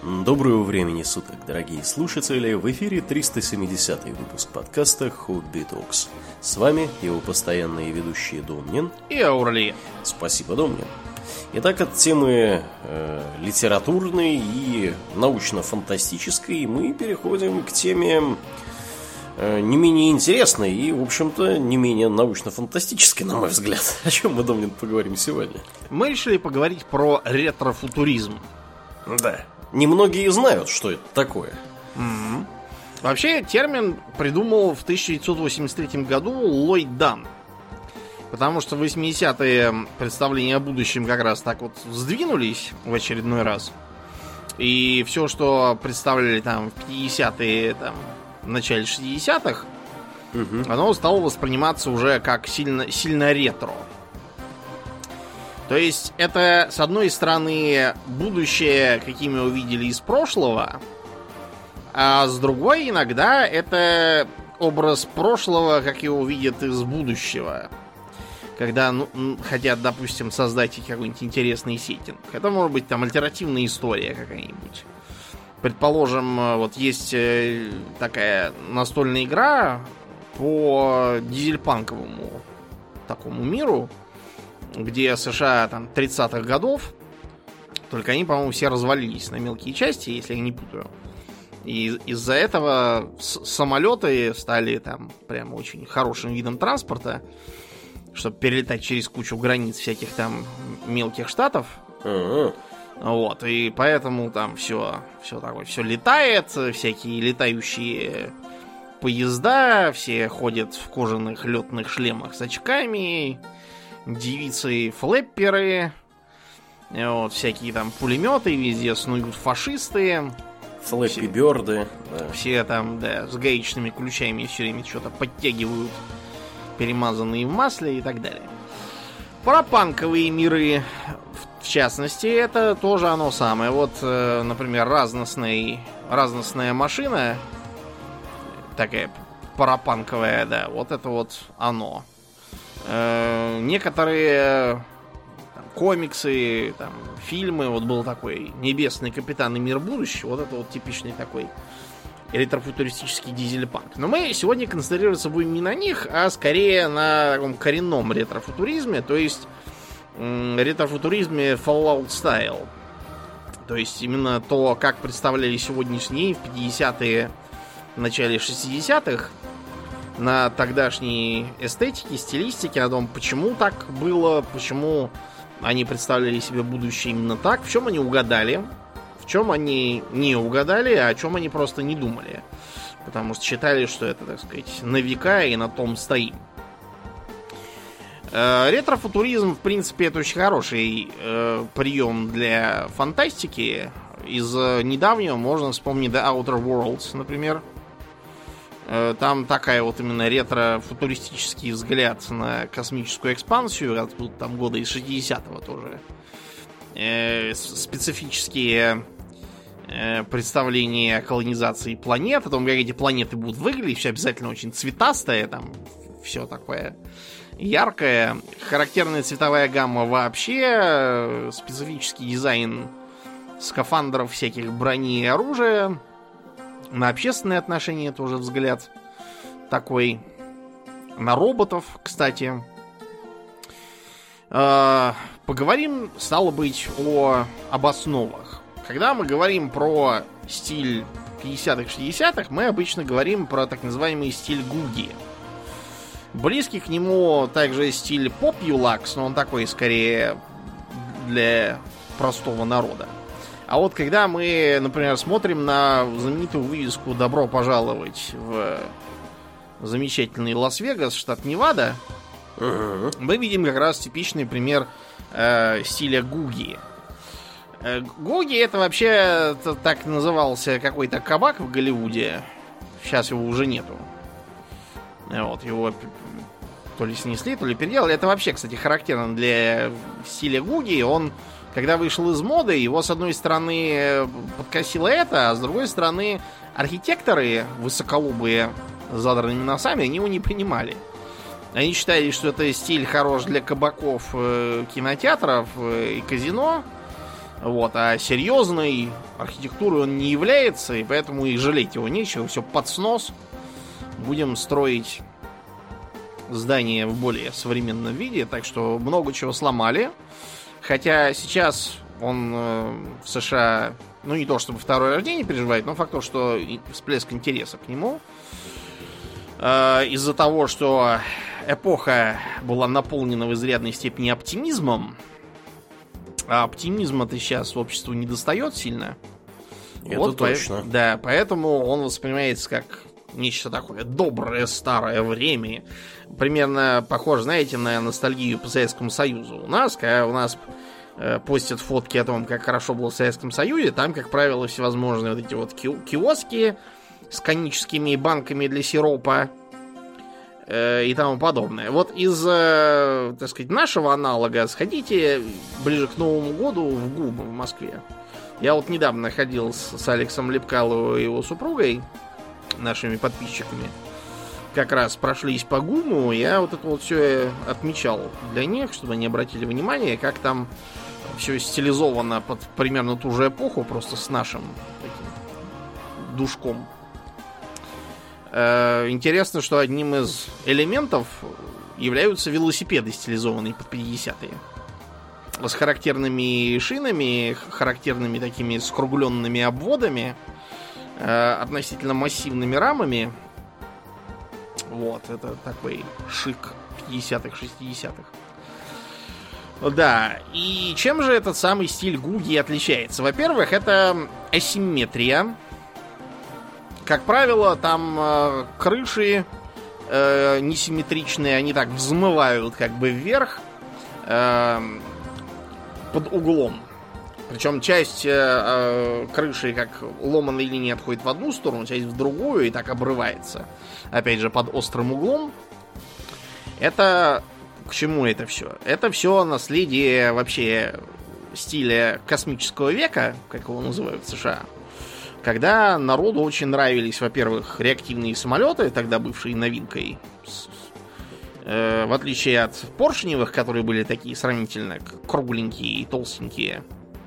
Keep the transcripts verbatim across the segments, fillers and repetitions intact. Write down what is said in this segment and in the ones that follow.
Доброго времени суток, дорогие слушатели! В эфире триста семидесятый выпуск подкаста Хобби Токс. С вами его постоянные ведущие Домнин и Аурлиен. Спасибо, Домнин. Итак, от темы э, литературной и научно-фантастической мы переходим к теме э, не менее интересной и, в общем-то, не менее научно-фантастической, на мой взгляд. О чем мы, Домнин, поговорим сегодня? Мы решили поговорить про ретрофутуризм. Да. Немногие знают, что это такое. Mm-hmm. Вообще, термин придумал в тысяча девятьсот восемьдесят третьем году Ллойд Дан. Потому что в восьмидесятые представления о будущем как раз так вот сдвинулись в очередной раз. И все, что представляли там в пятидесятые, там, в начале шестидесятых, mm-hmm. оно стало восприниматься уже как сильно, сильно ретро. То есть это, с одной стороны, будущее, каким мы увидели из прошлого, а с другой, иногда, это образ прошлого, как его видят из будущего. Когда ну, хотят, допустим, создать какой-нибудь интересный сеттинг. Это может быть там альтернативная история какая-нибудь. Предположим, вот есть такая настольная игра по дизельпанковому такому миру, где США там тридцатых годов, только они, по-моему, все развалились на мелкие части, если я не путаю. И из-за этого самолеты стали там прям очень хорошим видом транспорта, чтобы перелетать через кучу границ всяких там мелких штатов. Uh-huh. Вот, и поэтому там все, все такое, все летает, всякие летающие поезда, все ходят в кожаных летных шлемах с очками, девицы-флэпперы, вот, всякие там пулеметы, везде снуют фашисты. Флэппи-бёрды. Да. Все там, да, с гаечными ключами все время что-то подтягивают, перемазанные в масле и так далее. Парапанковые миры, в частности, это тоже оно самое. Вот, например, разностный, разностная машина, такая парапанковая, да, вот это вот оно. Некоторые там, комиксы, там, фильмы, вот был такой «Небесный капитан и мир будущего», вот это вот типичный такой ретрофутуристический дизельпанк. Но мы сегодня концентрироваться будем не на них, а скорее на таком коренном ретрофутуризме, то есть м- ретрофутуризме Fallout Style. То есть именно то, как представляли сегодняшние в пятидесятые, в начале шестидесятых, на тогдашней эстетике, стилистике, на том, почему так было, почему они представляли себе будущее именно так, в чем они угадали, в чем они не угадали, а о чем они просто не думали. Потому что считали, что это, так сказать, на века и на том стоим. Э, ретрофутуризм, в принципе, это очень хороший э, прием для фантастики. Из недавнего можно вспомнить The Outer Worlds, например. Там такая вот именно ретро-футуристический взгляд на космическую экспансию, откуда там года из шестидесятого тоже. Э, специфические э, представления о колонизации планет, о том, как эти планеты будут выглядеть, все обязательно очень цветастое, там все такое яркое. Характерная цветовая гамма вообще, специфический дизайн скафандров, всяких брони и оружия. На общественные отношения тоже взгляд такой. На роботов, кстати. Э, поговорим, стало быть, о, об основах. Когда мы говорим про стиль пятидесятых, шестидесятых, мы обычно говорим про так называемый стиль Гуги. Близкий к нему также стиль Попьюлакс, но он такой скорее для простого народа. А вот когда мы, например, смотрим на знаменитую вывеску «Добро пожаловать в замечательный Лас-Вегас, штат Невада», uh-huh. мы видим как раз типичный пример э, стиля Гуги. Э, Гуги — это вообще так назывался какой-то кабак в Голливуде. Сейчас его уже нету. Вот, его то ли снесли, то ли переделали. Это вообще, кстати, характерно для стиля Гуги. Он... Когда вышел из моды, его с одной стороны подкосило это, а с другой стороны архитекторы высоколобые с задранными носами, они его не принимали. Они считали, что это стиль хорош для кабаков, кинотеатров и казино, Вот, а серьезной архитектурой он не является, и поэтому и жалеть его нечего, все под снос. Будем строить здание в более современном виде, так что много чего сломали. Хотя сейчас он э, в США, ну не то чтобы второе рождение переживает, но факт то, что всплеск интереса к нему. Э, из-за того, что эпоха была наполнена в изрядной степени оптимизмом, а оптимизма-то сейчас обществу не достает сильно. Это вот точно. По... Да, поэтому он воспринимается как нечто такое доброе старое время. Примерно похоже, знаете, на ностальгию по Советскому Союзу. У нас, когда у нас э, постят фотки о том, как хорошо было в Советском Союзе, там, как правило, всевозможные вот эти вот ки- киоски с коническими банками для сиропа э, и тому подобное. Вот из, э, так сказать, нашего аналога сходите ближе к Новому году в ГУМ в Москве. Я вот недавно ходил с, с Алексом Лепкаловым и его супругой, нашими подписчиками. Как раз прошлись по ГУМу, я вот это вот все отмечал для них, чтобы они обратили внимание, как там все стилизовано под примерно ту же эпоху, просто с нашим таким душком. Э, интересно, что одним из элементов являются велосипеды, стилизованные под пятидесятые. С характерными шинами, характерными такими скругленными обводами, э, относительно массивными рамами. Вот, это такой шик пятидесятых, шестидесятых. Да, и чем же этот самый стиль Гуги отличается? Во-первых, это асимметрия. Как правило, там э, крыши э, несимметричные, они так взмывают как бы вверх э, под углом. Причем часть э, э, крыши как ломаной линии отходит в одну сторону, часть в другую и так обрывается. Опять же, под острым углом. Это... К чему это все? Это все наследие вообще стиля космического века, как его называют в США. Когда народу очень нравились, во-первых, реактивные самолеты, тогда бывшие новинкой. Э, в отличие от поршневых, которые были такие сравнительно кругленькие и толстенькие.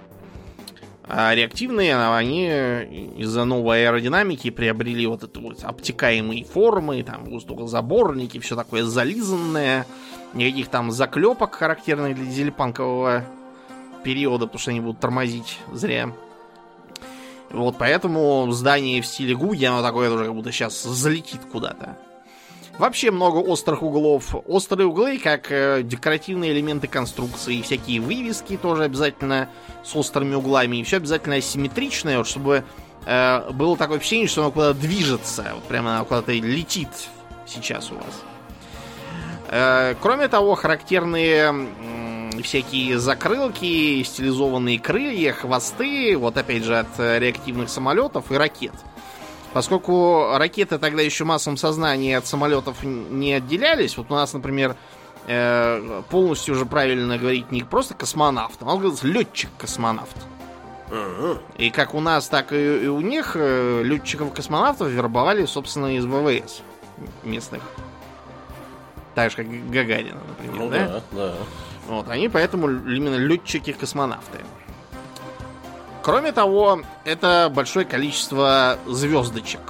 А реактивные, они из-за новой аэродинамики приобрели вот это вот обтекаемые формы, там воздухозаборники, все такое зализанное. Никаких там заклепок, характерных для дизельпанкового периода, потому что они будут тормозить зря. Вот поэтому здание в стиле Гуги, оно такое тоже как будто сейчас залетит куда-то. Вообще много острых углов. Острые углы, как э, декоративные элементы конструкции, всякие вывески тоже обязательно с острыми углами. И все обязательно асимметричное, вот, чтобы э, было такое ощущение, что оно куда-то движется. Вот прямо оно куда-то летит сейчас у вас. Э, кроме того, характерные э, всякие закрылки, стилизованные крылья, хвосты, вот опять же от реактивных самолетов и ракет. Поскольку ракеты тогда еще в массовом сознании от самолетов не отделялись, вот у нас, например, э, полностью уже правильно говорить не просто космонавт, а летчик-космонавт. Uh-huh. И как у нас, так и, и у них э, летчиков-космонавтов вербовали, собственно, из ВВС местных. Так же, как Гагарина, например, ну, да? Да, да. Вот, они поэтому именно летчики-космонавты. Кроме того, это большое количество звездочек.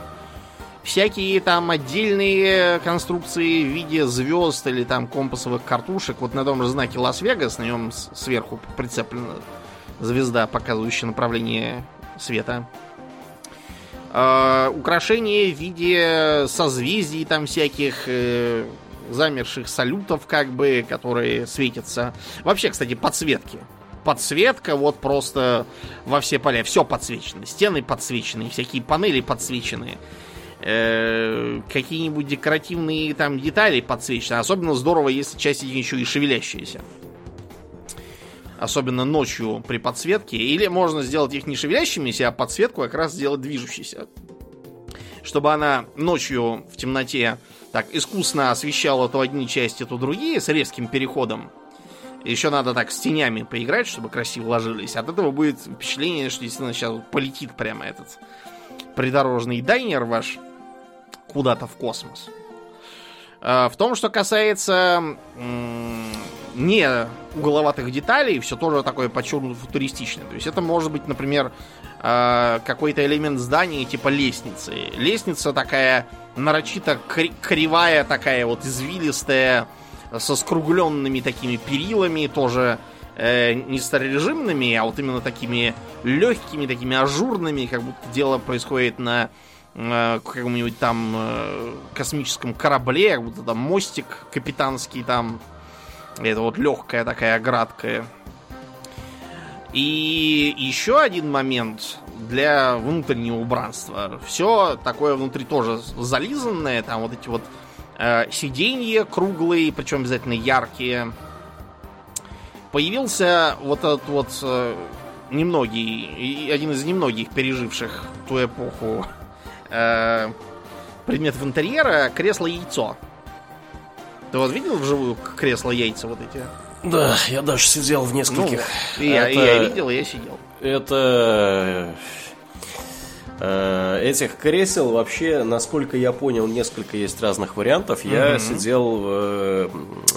Всякие там отдельные конструкции в виде звезд или там компасовых картушек. Вот на том же знаке Лас-Вегас, на нем сверху прицеплена звезда, показывающая направление света. Э, украшения в виде созвездий там всяких, э, замерших салютов, как бы, которые светятся. Вообще, кстати, подсветки. Подсветка вот просто во все поля. Все подсвечено. Стены подсвечены, всякие панели подсвечены. Э-э- какие-нибудь декоративные там детали подсвечены. Особенно здорово, если часть из них еще и шевелящиеся. Особенно ночью при подсветке. Или можно сделать их не шевелящимися, а подсветку как раз сделать движущейся. Чтобы она ночью в темноте так искусно освещала то одни части, то другие с резким переходом. Еще надо так с тенями поиграть, чтобы красиво ложились. От этого будет впечатление, что действительно сейчас полетит прямо этот придорожный дайнер ваш куда-то в космос. В том, что касается не угловатых деталей, все тоже такое подчеркнуто футуристичное. То есть это может быть, например, э, какой-то элемент здания типа лестницы. Лестница такая нарочито кривая, такая вот извилистая, со скругленными такими перилами, тоже э, не старорежимными, а вот именно такими легкими, такими ажурными, как будто дело происходит на э, каком-нибудь там э, космическом корабле, как будто там мостик капитанский там. Это вот легкая такая градкая. И еще один момент для внутреннего убранства. Все такое внутри тоже зализанное. Там вот эти вот э, сиденья круглые, причем обязательно яркие. Появился вот этот вот э, немногий, один из немногих переживших ту эпоху э, предметов интерьера — кресло-яйцо. Ты вот видел вживую кресло-яйца вот эти? Да, я даже сидел в нескольких. Ну, и, я, это, и я видел, и я сидел. Это... Э, этих кресел вообще, насколько я понял, несколько есть разных вариантов. Я mm-hmm. сидел в,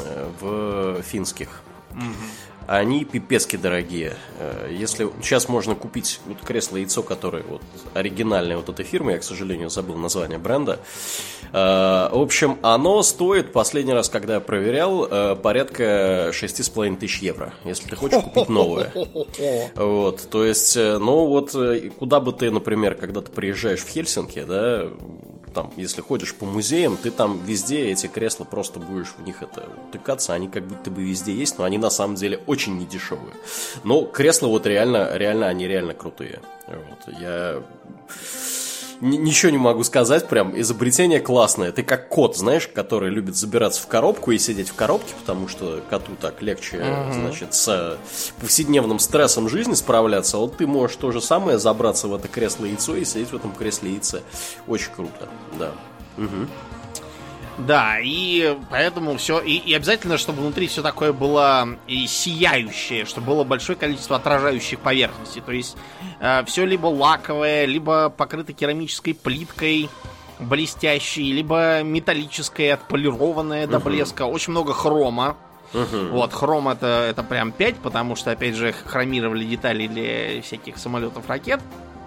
в финских. Mm-hmm. Они пипецки дорогие. Если сейчас можно купить вот кресло-яйцо, которое вот оригинальное вот этой фирмы, я, к сожалению, забыл название бренда. В общем, оно стоит, последний раз, когда я проверял, порядка шесть с половиной тысяч евро, если ты хочешь купить новое. Вот, то есть, ну вот, куда бы ты, например, когда ты приезжаешь в Хельсинки, да, там, если ходишь по музеям, ты там везде эти кресла просто будешь в них это утыкаться, они как будто бы везде есть, но они на самом деле очень недешевые. Но кресла вот реально, реально, они реально крутые. Вот, я ничего не могу сказать, прям изобретение классное. Ты как кот, знаешь, который любит забираться в коробку и сидеть в коробке, потому что коту так легче, uh-huh. значит, с повседневным стрессом жизни справляться. Вот ты можешь то же самое забраться в это кресло-яйцо и сидеть в этом кресле-яйце. Очень круто, да. Угу. Да, и поэтому все. И, и обязательно, чтобы внутри все такое было и сияющее, чтобы было большое количество отражающих поверхностей. То есть э, все либо лаковое, либо покрыто керамической плиткой блестящей, либо металлическое, отполированное до блеска. Uh-huh. Очень много хрома. Uh-huh. Вот, хром это, это прям пять, потому что, опять же, хромировали детали для всяких самолетов, ракет.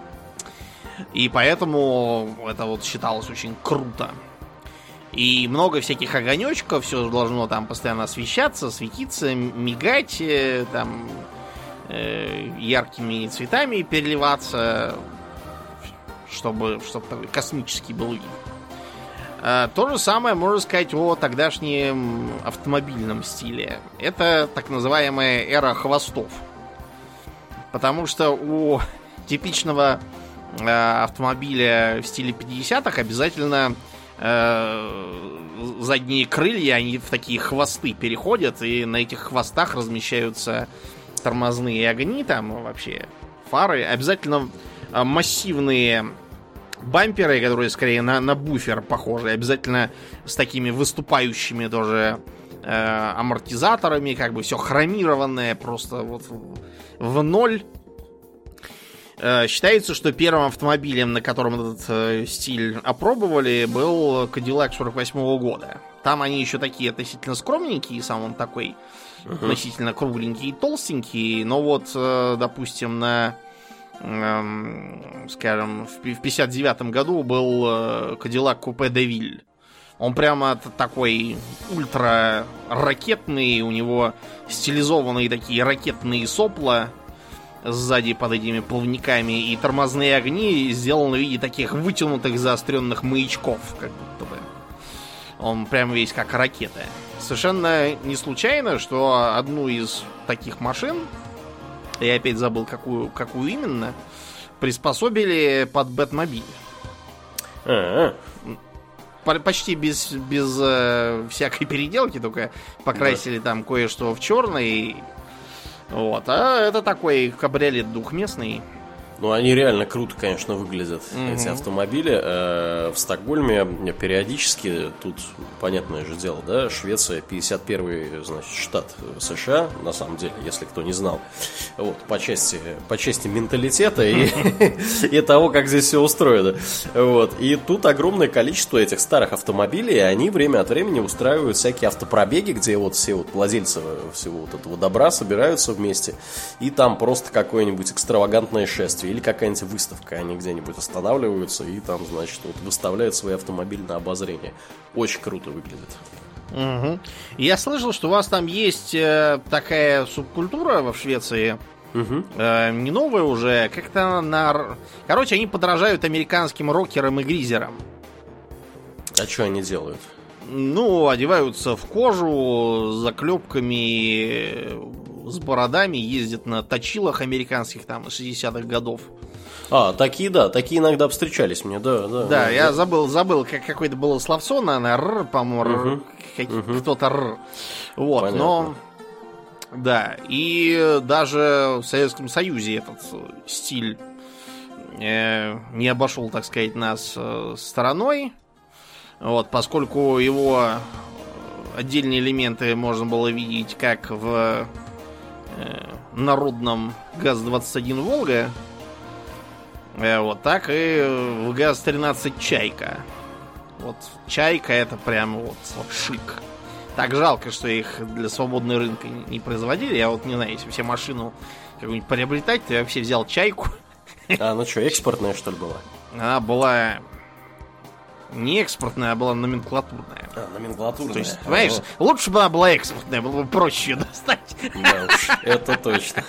И поэтому это вот считалось очень круто. И много всяких огонечков, все должно там постоянно освещаться, светиться, мигать, там э, яркими цветами переливаться, чтобы, чтобы такой космический был вид. А, то же самое можно сказать о тогдашнем автомобильном стиле. Это так называемая эра хвостов. Потому что у типичного э, автомобиля в стиле пятидесятых обязательно задние крылья, они в такие хвосты переходят, и на этих хвостах размещаются тормозные огни, там вообще фары. Обязательно массивные бамперы, которые скорее на, на буфер похожи, обязательно с такими выступающими тоже э, амортизаторами, как бы все хромированное просто вот в ноль. Считается, что первым автомобилем, на котором этот э, стиль опробовали, был Cadillac сорок восьмого года. Там они еще такие относительно скромненькие, сам он такой uh-huh. относительно кругленький и толстенький. Но вот, э, допустим, на, э, скажем, в пятьдесят девятом году был э, Cadillac Coupe de Ville. Он прямо такой ультра ракетный, у него стилизованные такие ракетные сопла сзади под этими плавниками, и тормозные огни сделаны в виде таких вытянутых заостренных маячков, как будто бы. Он прям весь как ракета. Совершенно не случайно, что одну из таких машин, я опять забыл, какую, какую именно, приспособили под Бэтмобиль. А-а-а. Почти без, без э, всякой переделки, только покрасили да. там кое-что в черный. Вот, а это такой кабриолет двухместный. Ну, они реально круто, конечно, выглядят, mm-hmm. эти автомобили. В Стокгольме периодически, тут, понятное же дело, да, Швеция пятьдесят первый, значит, штат США, на самом деле, если кто не знал, вот, по части, по части менталитета и, и того, как здесь все устроено. Вот. И тут огромное количество этих старых автомобилей, и они время от времени устраивают всякие автопробеги, где вот все вот владельцы всего вот этого добра собираются вместе, и там просто какое-нибудь экстравагантное шествие или какая-нибудь выставка, они где-нибудь останавливаются и там, значит, вот выставляют свои автомобили на обозрение. Очень круто выглядит. Угу. Я слышал, что у вас там есть э, такая субкультура в Швеции, угу. э, не новая уже, как-то на... Короче, они подражают американским рокерам и гризерам. А что они делают? Ну, одеваются в кожу, с заклепками, с бородами, ездят на точилах американских там из шестидесятых годов. А, такие, да, такие иногда встречались мне, да, да. Да, да я да. забыл, забыл, как какое-то было словцо, наверное, р, по-моему, угу. угу. кто-то р. Вот, понятно. Но... Да, и даже в Советском Союзе этот стиль э, не обошел, так сказать, нас э, стороной. Вот, поскольку его отдельные элементы можно было видеть как в э, народном ГАЗ двадцать один Волга, э, вот, так и в ГАЗ тринадцать Чайка. Вот Чайка это прям вот, вот шик. Так жалко, что их для свободного рынка не производили. Я вот не знаю, если все машину какую-нибудь приобретать, то я вообще взял Чайку. А, ну что, экспортная, что ли, была? Она была не экспортная, а была номенклатурная. А, номенклатурная. То есть, понимаешь, а, лучше бы она была экспортная, было бы проще ее достать. Да уж, это точно.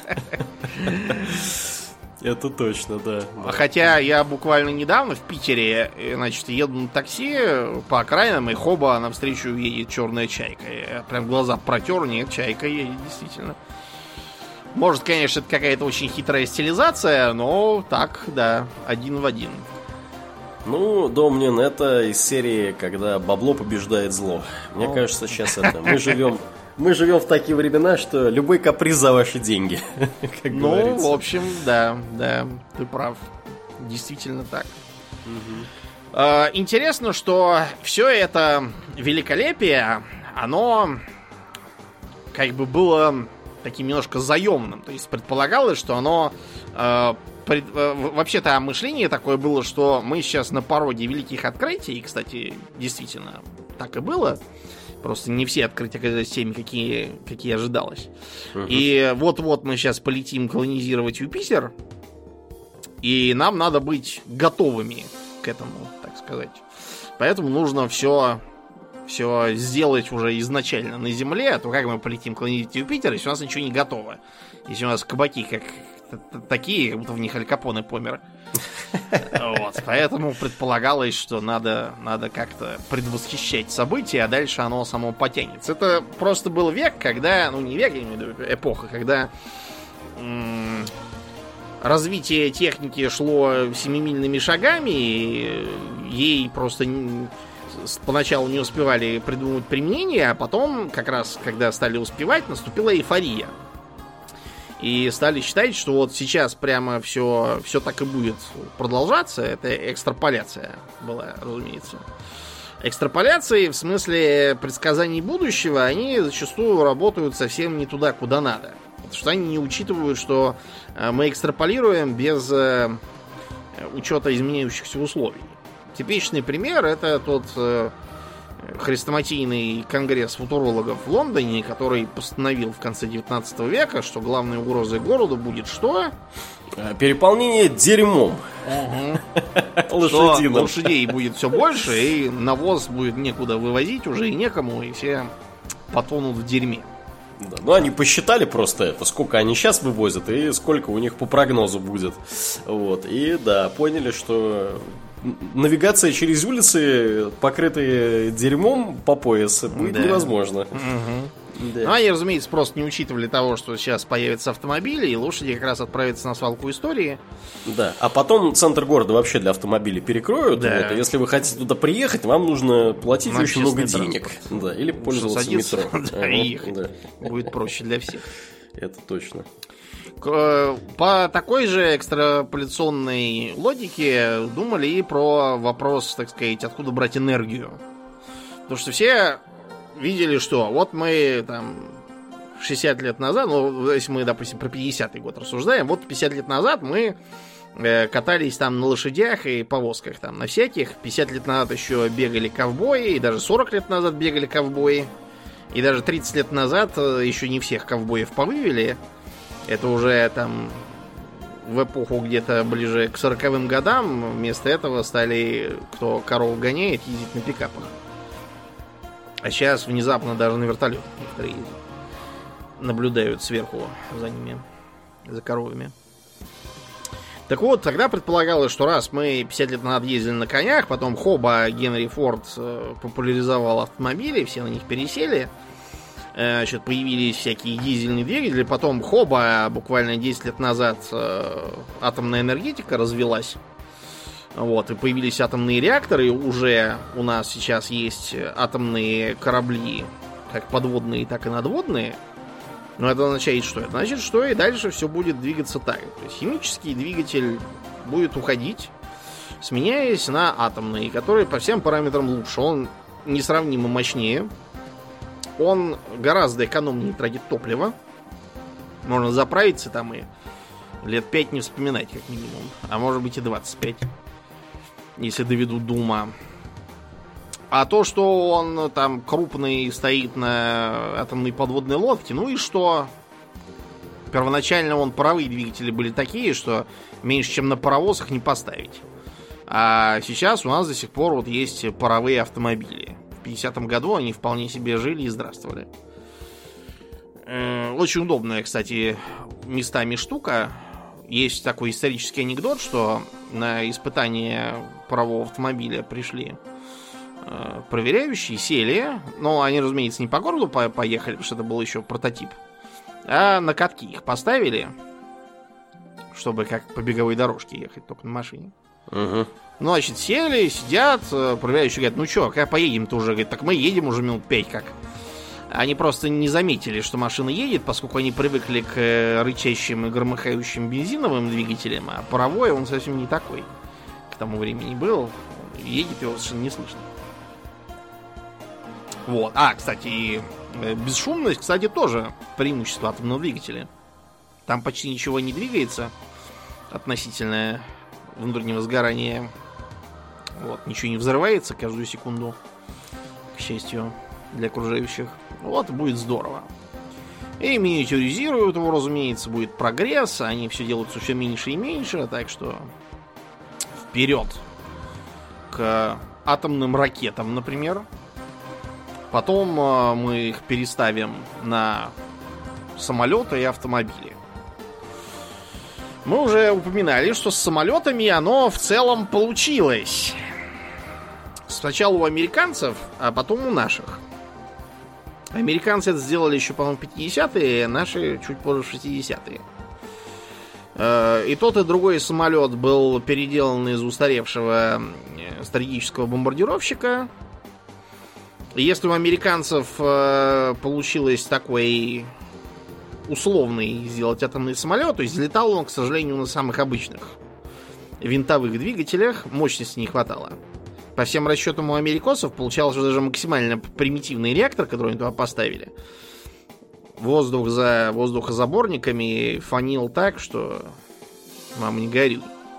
Это точно, да. Хотя я буквально недавно в Питере, значит, еду на такси по окраинам, и хоба навстречу едет черная Чайка. Я прям глаза протер, нет, Чайка едет, действительно. Может, конечно, это какая-то очень хитрая стилизация, но так, да, один в один. Ну, Домнин, это из серии, когда бабло побеждает зло. Мне О. кажется, сейчас это. Мы живем, мы живем в такие времена, что любой каприз за ваши деньги. Как ну, говорится. В общем, да, да, ты прав. Действительно так. Угу. А, интересно, что все это великолепие, оно как бы было таким немножко заемным. То есть предполагалось, что оно... Э, пред, э, вообще-то мышление такое было, что мы сейчас на пороге великих открытий. И, кстати, действительно, так и было. Просто не все открытия оказались теми, какие, какие ожидалось. Uh-huh. И вот-вот мы сейчас полетим колонизировать Юпитер. И нам надо быть готовыми к этому, так сказать. Поэтому нужно все... все сделать уже изначально на Земле, а то как мы полетим колонизировать Юпитер, если у нас ничего не готово. Если у нас кабаки как такие, как будто в них Аль Капоне помер. Вот. Поэтому предполагалось, что надо, надо как-то предвосхищать события, а дальше оно само потянется. Это просто был век, когда, ну не век, я имею в виду, эпоха, когда м- развитие техники шло семимильными шагами, и ей просто... поначалу не успевали придумать применение, а потом, как раз, когда стали успевать, наступила эйфория. И стали считать, что вот сейчас прямо все, все так и будет продолжаться. Это экстраполяция была, разумеется. Экстраполяции, в смысле предсказаний будущего, они зачастую работают совсем не туда, куда надо. Потому что они не учитывают, что мы экстраполируем без учета изменяющихся условий. Типичный пример — это тот э, хрестоматийный конгресс футурологов в Лондоне, который постановил в конце девятнадцатого века, что главной угрозой городу будет что? Переполнение дерьмом. Угу. Лошадиным. Лошадей будет все больше, и навоз будет некуда вывозить уже и некому, и все потонут в дерьме. Да, ну, они посчитали просто это, сколько они сейчас вывозят и сколько у них по прогнозу будет. Вот. И да, поняли, что навигация через улицы, покрытые дерьмом по пояс, будет да. невозможно. Угу. Да. Ну, они, разумеется, просто не учитывали того, что сейчас появятся автомобили, и лошади как раз отправятся на свалку истории. Да, а потом центр города вообще для автомобилей перекроют. Да. Вот, и если вы хотите туда приехать, вам нужно платить на очень много денег. Да, или пользоваться метро. Да, и ехать. Да. Будет проще для всех. Это точно. По такой же экстраполяционной логике думали и про вопрос, так сказать, откуда брать энергию. Потому что все видели, что вот мы там шестьдесят лет назад, ну, если мы, допустим, про пятидесятый год рассуждаем, вот пятьдесят лет назад мы э, катались там на лошадях и повозках там на всяких. пятьдесят лет назад еще бегали ковбои, и даже сорок лет назад бегали ковбои. И даже тридцать лет назад еще не всех ковбоев повывели. Это уже там в эпоху где-то ближе к сороковым годам. Вместо этого стали, кто корову гоняет, ездить на пикапах. А сейчас внезапно даже на вертолетах некоторые ездят. Наблюдают сверху за ними, за коровами. Так вот, тогда предполагалось, что раз мы пятьдесят лет назад ездили на конях, потом хоба Генри Форд популяризовал автомобили, все на них пересели. Значит, появились всякие дизельные двигатели, потом хоба буквально десять лет назад атомная энергетика развелась. Вот, и появились атомные реакторы, уже у нас сейчас есть атомные корабли, как подводные, так и надводные. Но это означает что? Это значит, что и дальше все будет двигаться так. То есть химический двигатель будет уходить, сменяясь на атомный, который по всем параметрам лучше. Он несравнимо мощнее. Он гораздо экономнее тратит топливо. Можно заправиться там и лет пять не вспоминать, как минимум. А может быть и двадцать пять. Если доведут до ума. А то, что он там крупный стоит на атомной подводной лодке, ну и что? Первоначально он паровые двигатели были такие, что меньше, чем на паровозах не поставить. А сейчас у нас до сих пор вот есть паровые автомобили. В пятидесятом году они вполне себе жили и здравствовали. Очень удобная, кстати, местами штука. Есть такой исторический анекдот, что на испытание парового автомобиля пришли э, проверяющие, сели. Но они, разумеется, не по городу по- поехали, потому что это был еще прототип. А на катки их поставили, чтобы как по беговой дорожке ехать, только на машине. Угу. Ну, значит, сели, сидят, проверяющие говорят, ну что, как поедем-то уже? Говорит, так мы едем уже минут пять как. Они просто не заметили, что машина едет, поскольку они привыкли к рычащим и громыхающим бензиновым двигателям, а паровой он совсем не такой. К тому времени был, едет его совершенно не слышно. Вот. А, кстати, бесшумность, кстати, тоже преимущество атомного двигателя. Там почти ничего не двигается относительно внутреннего сгорания. Вот, ничего не взрывается каждую секунду, к счастью, для окружающих. Вот, будет здорово. И миниатюризируют его, разумеется, будет прогресс. Они все делаются все меньше и меньше. Так что вперед к атомным ракетам, например. Потом мы их переставим на самолеты и автомобили. Мы уже упоминали, что с самолетами оно в целом получилось. Сначала у американцев, а потом у наших. Американцы это сделали еще, по-моему, в пятидесятые, а наши чуть позже в шестидесятые. И тот, и другой самолет был переделан из устаревшего стратегического бомбардировщика. Если у американцев получилось такой условный сделать атомный самолет, то есть летал он, к сожалению, на самых обычных винтовых двигателях, мощности не хватало. По всем расчетам у америкосов получался даже максимально примитивный реактор, который они туда поставили. Воздух за воздухозаборниками фонил так, что мама не горюй.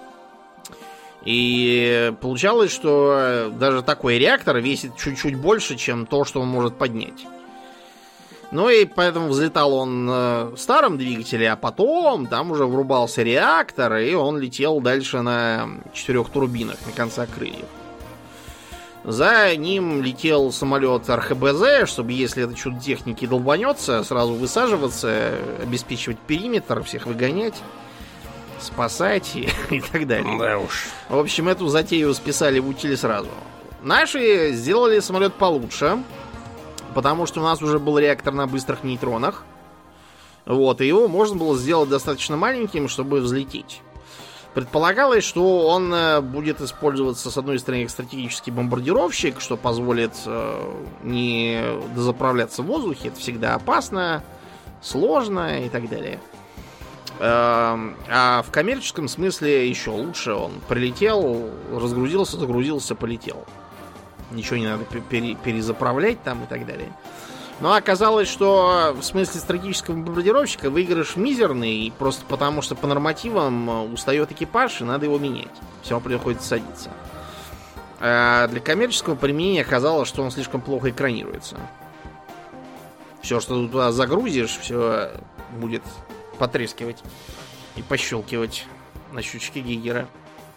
И получалось, что даже такой реактор весит чуть-чуть больше, чем то, что он может поднять. Ну и поэтому взлетал он на старом двигателе, а потом там уже врубался реактор, и он летел дальше на четырех турбинах на концах крыльев. За ним летел самолет эр ха бэ зэ, чтобы, если это чудо техники долбанется, сразу высаживаться, обеспечивать периметр, всех выгонять, спасать и, и так далее. Да уж. В общем, эту затею списали в утиль сразу. Наши сделали самолет получше, потому что у нас уже был реактор на быстрых нейтронах. Вот, и его можно было сделать достаточно маленьким, чтобы взлететь. Предполагалось, что он будет использоваться, с одной стороны, как стратегический бомбардировщик, что позволит э, не дозаправляться в воздухе. Это всегда опасно, сложно и так далее. А в коммерческом смысле еще лучше. Он прилетел, разгрузился, загрузился, полетел. Ничего не надо перезаправлять там и так далее. Но оказалось, что в смысле стратегического бомбардировщика выигрыш мизерный, просто потому что по нормативам устает экипаж, и надо его менять. Все приходится садиться. А для коммерческого применения оказалось, что он слишком плохо экранируется. Все, что ты туда загрузишь, все будет потрескивать и пощелкивать на щучке Гейгера.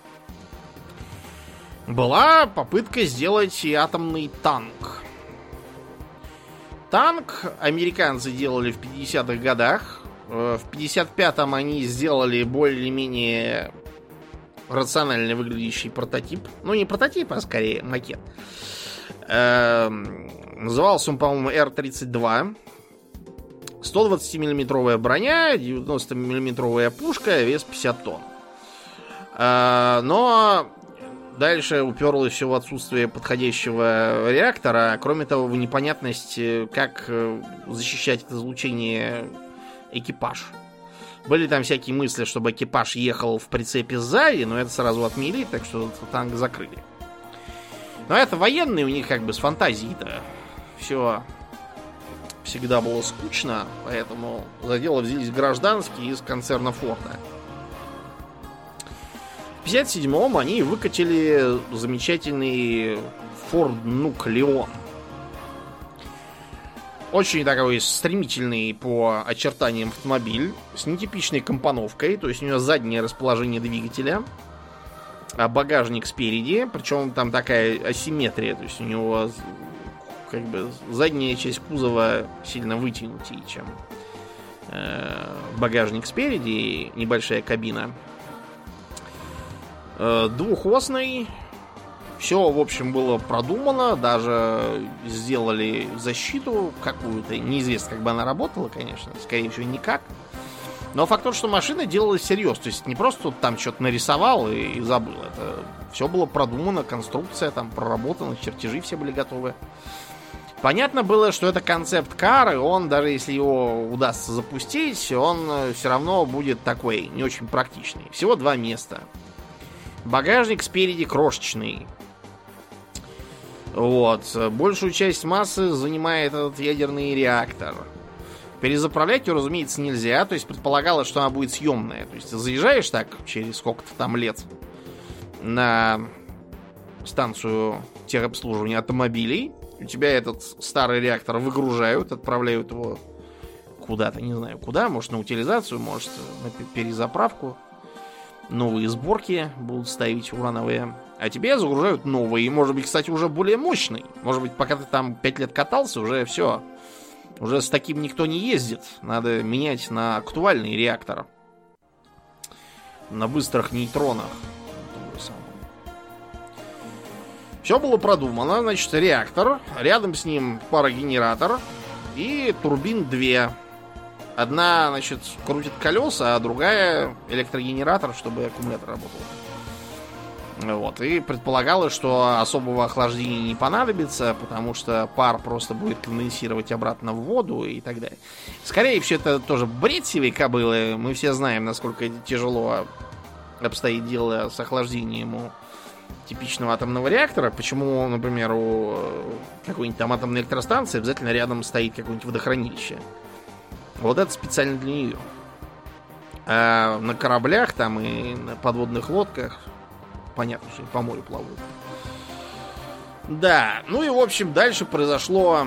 Была попытка сделать и атомный танк. Танк американцы делали в пятидесятых годах. В пятьдесят пятом они сделали более-менее рационально выглядящий прототип. Ну, не прототип, а скорее макет. Назывался он, по-моему, эр тридцать два. сто двадцатимиллиметровая броня, девяностомиллиметровая пушка, вес пятьдесят тонн. Но дальше уперлось все в отсутствие подходящего реактора. Кроме того, в непонятность, как защищать от излучения экипаж. Были там всякие мысли, чтобы экипаж ехал в прицепе сзади, но это сразу отмели, так что танк закрыли. Но это военные, у них как бы с фантазией-то все всегда было скучно, поэтому за дело взялись гражданские из концерна Форда. В пятьдесят седьмом они выкатили замечательный Ford Nucleon. Очень такой стремительный по очертаниям автомобиль, с нетипичной компоновкой, то есть у него заднее расположение двигателя, а багажник спереди, причем там такая асимметрия, то есть у него как бы задняя часть кузова сильно вытянутее, чем э, багажник спереди и небольшая кабина. Э, двухосный. Все, в общем, было продумано. Даже сделали защиту какую-то. Неизвестно, как бы она работала, конечно. Скорее всего, никак. Но факт тот, что машина делалась всерьез. То есть не просто тут там что-то нарисовал и, и забыл. Это все было продумано, конструкция там проработана, чертежи все были готовы. Понятно было, что это концепт-кар, и он, даже если его удастся запустить, он все равно будет такой, не очень практичный. Всего два места. Багажник спереди крошечный. Вот. Большую часть массы занимает этот ядерный реактор. Перезаправлять ее, разумеется, нельзя. То есть предполагалось, что она будет съемная. То есть ты заезжаешь так через сколько-то там лет на станцию техобслуживания автомобилей. У тебя этот старый реактор выгружают, отправляют его куда-то, не знаю куда. Может, на утилизацию, может, на перезаправку. Новые сборки будут ставить урановые. А тебе загружают новые. Может быть, кстати, уже более мощный. Может быть, пока ты там пять лет катался, уже все. Уже с таким никто не ездит. Надо менять на актуальный реактор. На быстрых нейтронах. Все было продумано. Значит, реактор. Рядом с ним парогенератор. И турбин две. Одна, значит, крутит колеса, а другая электрогенератор, чтобы аккумулятор работал. Вот. И предполагалось, что особого охлаждения не понадобится, потому что пар просто будет конденсировать обратно в воду и так далее. Скорее всего, это тоже бред сивой кобылы. Мы все знаем, насколько тяжело обстоит дело с охлаждением у типичного атомного реактора. Почему, например, у какой-нибудь там атомной электростанции обязательно рядом стоит какое-нибудь водохранилище. Вот это специально для нее. А на кораблях там и на подводных лодках понятно, что по морю плавают. Да, ну и в общем дальше произошло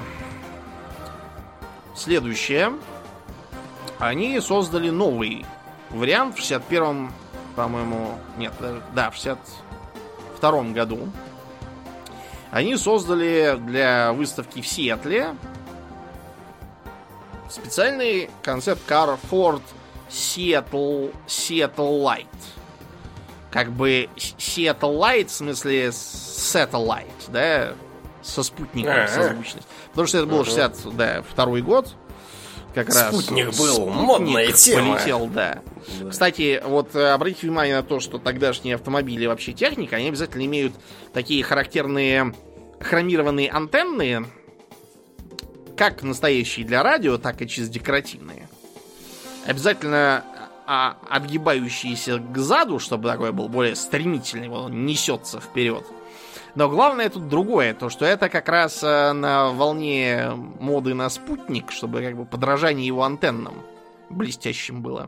следующее. Они создали новый вариант в шестьдесят первом, по-моему, нет, да, в шестьдесят втором году. Они создали для выставки в Сиэтле специальный концепт-кар Ford Seattle, Seattle Light. Как бы Seattle Light, в смысле Satellite, да, со спутником А-а-а. созвучность. Потому что это был шестьдесят второй год. Как Спутник раз был, спутник модная тема. полетел, да. да. Кстати, вот обратите внимание на то, что тогдашние автомобили, вообще техника, они обязательно имеют такие характерные хромированные антенны, как настоящие для радио, так и чисто декоративные. Обязательно а, отгибающийся к заду, чтобы такой был более стремительный, он несется вперед. Но главное тут другое, то что это как раз на волне моды на спутник, чтобы как бы подражание его антеннам блестящим было.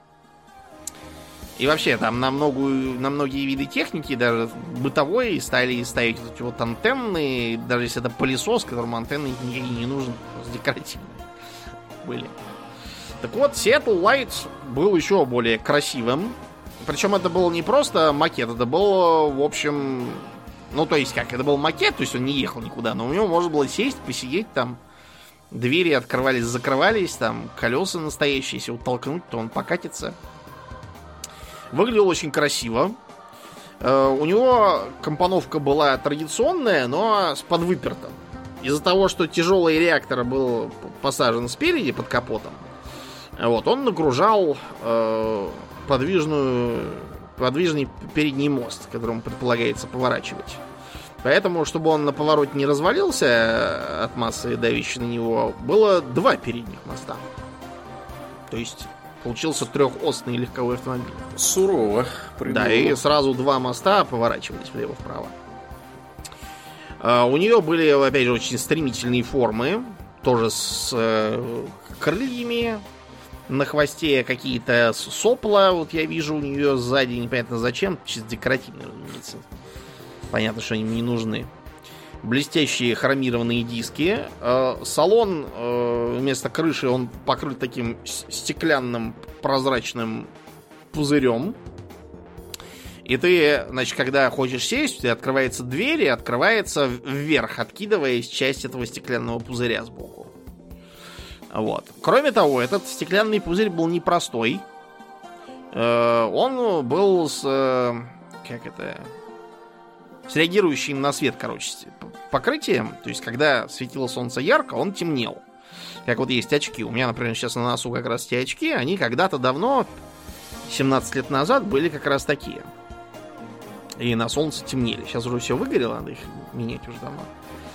И вообще там на, многую, на многие виды техники, даже бытовой, стали ставить вот эти вот антенны, даже если это пылесос, которому антенны никакие не нужны, просто декоративные были. Так вот, Seattle Light был еще более красивым. Причем это был не просто макет, это был, в общем... Ну, то есть как, это был макет, то есть он не ехал никуда, но у него можно было сесть, посидеть там. Двери открывались, закрывались, там колеса настоящие, если вот толкнуть, то он покатится. Выглядел очень красиво. Uh, у него компоновка была традиционная, но с подвыпертом. Из-за того, что тяжелый реактор был посажен спереди под капотом, вот, он нагружал uh, подвижную, подвижный передний мост, которым предполагается поворачивать. Поэтому, чтобы он на повороте не развалился от массы давящей на него, было два передних моста. То есть получился трехосный легковой автомобиль. Сурово. Да, и сразу два моста поворачивались влево-вправо. Uh, у нее были, опять же, очень стремительные формы. Тоже с uh, крыльями. На хвосте какие-то сопла. Вот я вижу у нее сзади, непонятно зачем. Чисто декоративные, разумеется. Понятно, что они мне не нужны. Блестящие хромированные диски. Uh, салон uh, вместо крыши он покрыт таким стеклянным прозрачным пузырем. И ты, значит, когда хочешь сесть, у тебя открывается дверь и открывается вверх, откидываясь часть этого стеклянного пузыря сбоку. Вот. Кроме того, этот стеклянный пузырь был непростой. Он был с... Как это... С реагирующим на свет, короче, покрытием. То есть, когда светило солнце ярко, он темнел. Как вот есть очки. У меня, например, сейчас на носу как раз те очки. Они когда-то давно, семнадцать лет назад, были как раз такие. И на солнце темнели. Сейчас уже все выгорело, надо их менять уже давно.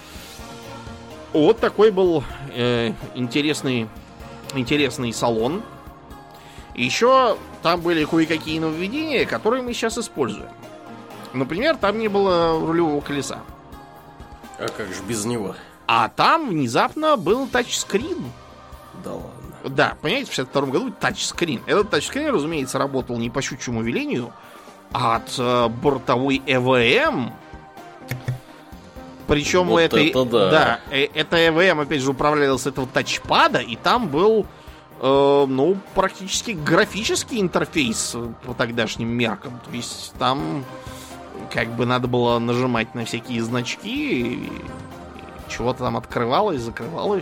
Вот такой был э, интересный, интересный салон. Еще там были кое-какие нововведения, которые мы сейчас используем. Например, там не было рулевого колеса. А как же без него? А там внезапно был тачскрин. Да ладно. Да, понимаете, в шестьдесят втором году тачскрин. Этот тачскрин, разумеется, работал не по щучьему велению, а от э, бортовой и ви эм. Причем вот у этой... это да. Да, э, это и ви эм, опять же, управлялась с этого тачпада, и там был, э, ну, практически графический интерфейс по тогдашним меркам. То есть там как бы надо было нажимать на всякие значки, и, и чего-то там открывалось, закрывалось.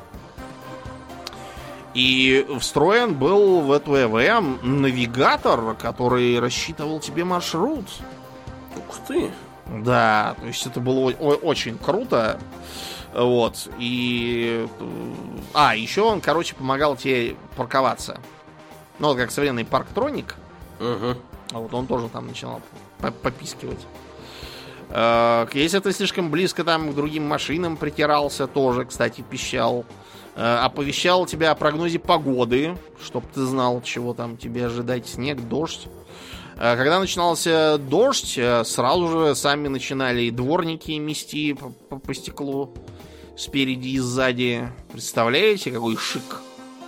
И встроен был в эту и ви эм навигатор, который рассчитывал тебе маршрут. Ух ты! Да, то есть это было о- очень круто. Вот. И... А, еще он, короче, помогал тебе парковаться. Ну, вот как современный парктроник. Угу. Вот он тоже там начинал попискивать. Если ты слишком близко там к другим машинам притирался, тоже, кстати, пищал. Оповещал тебя о прогнозе погоды, чтобы ты знал, чего там тебе ожидать. Снег, дождь. Когда начинался дождь, сразу же сами начинали и дворники мести по, по, по стеклу спереди и сзади. Представляете, какой шик?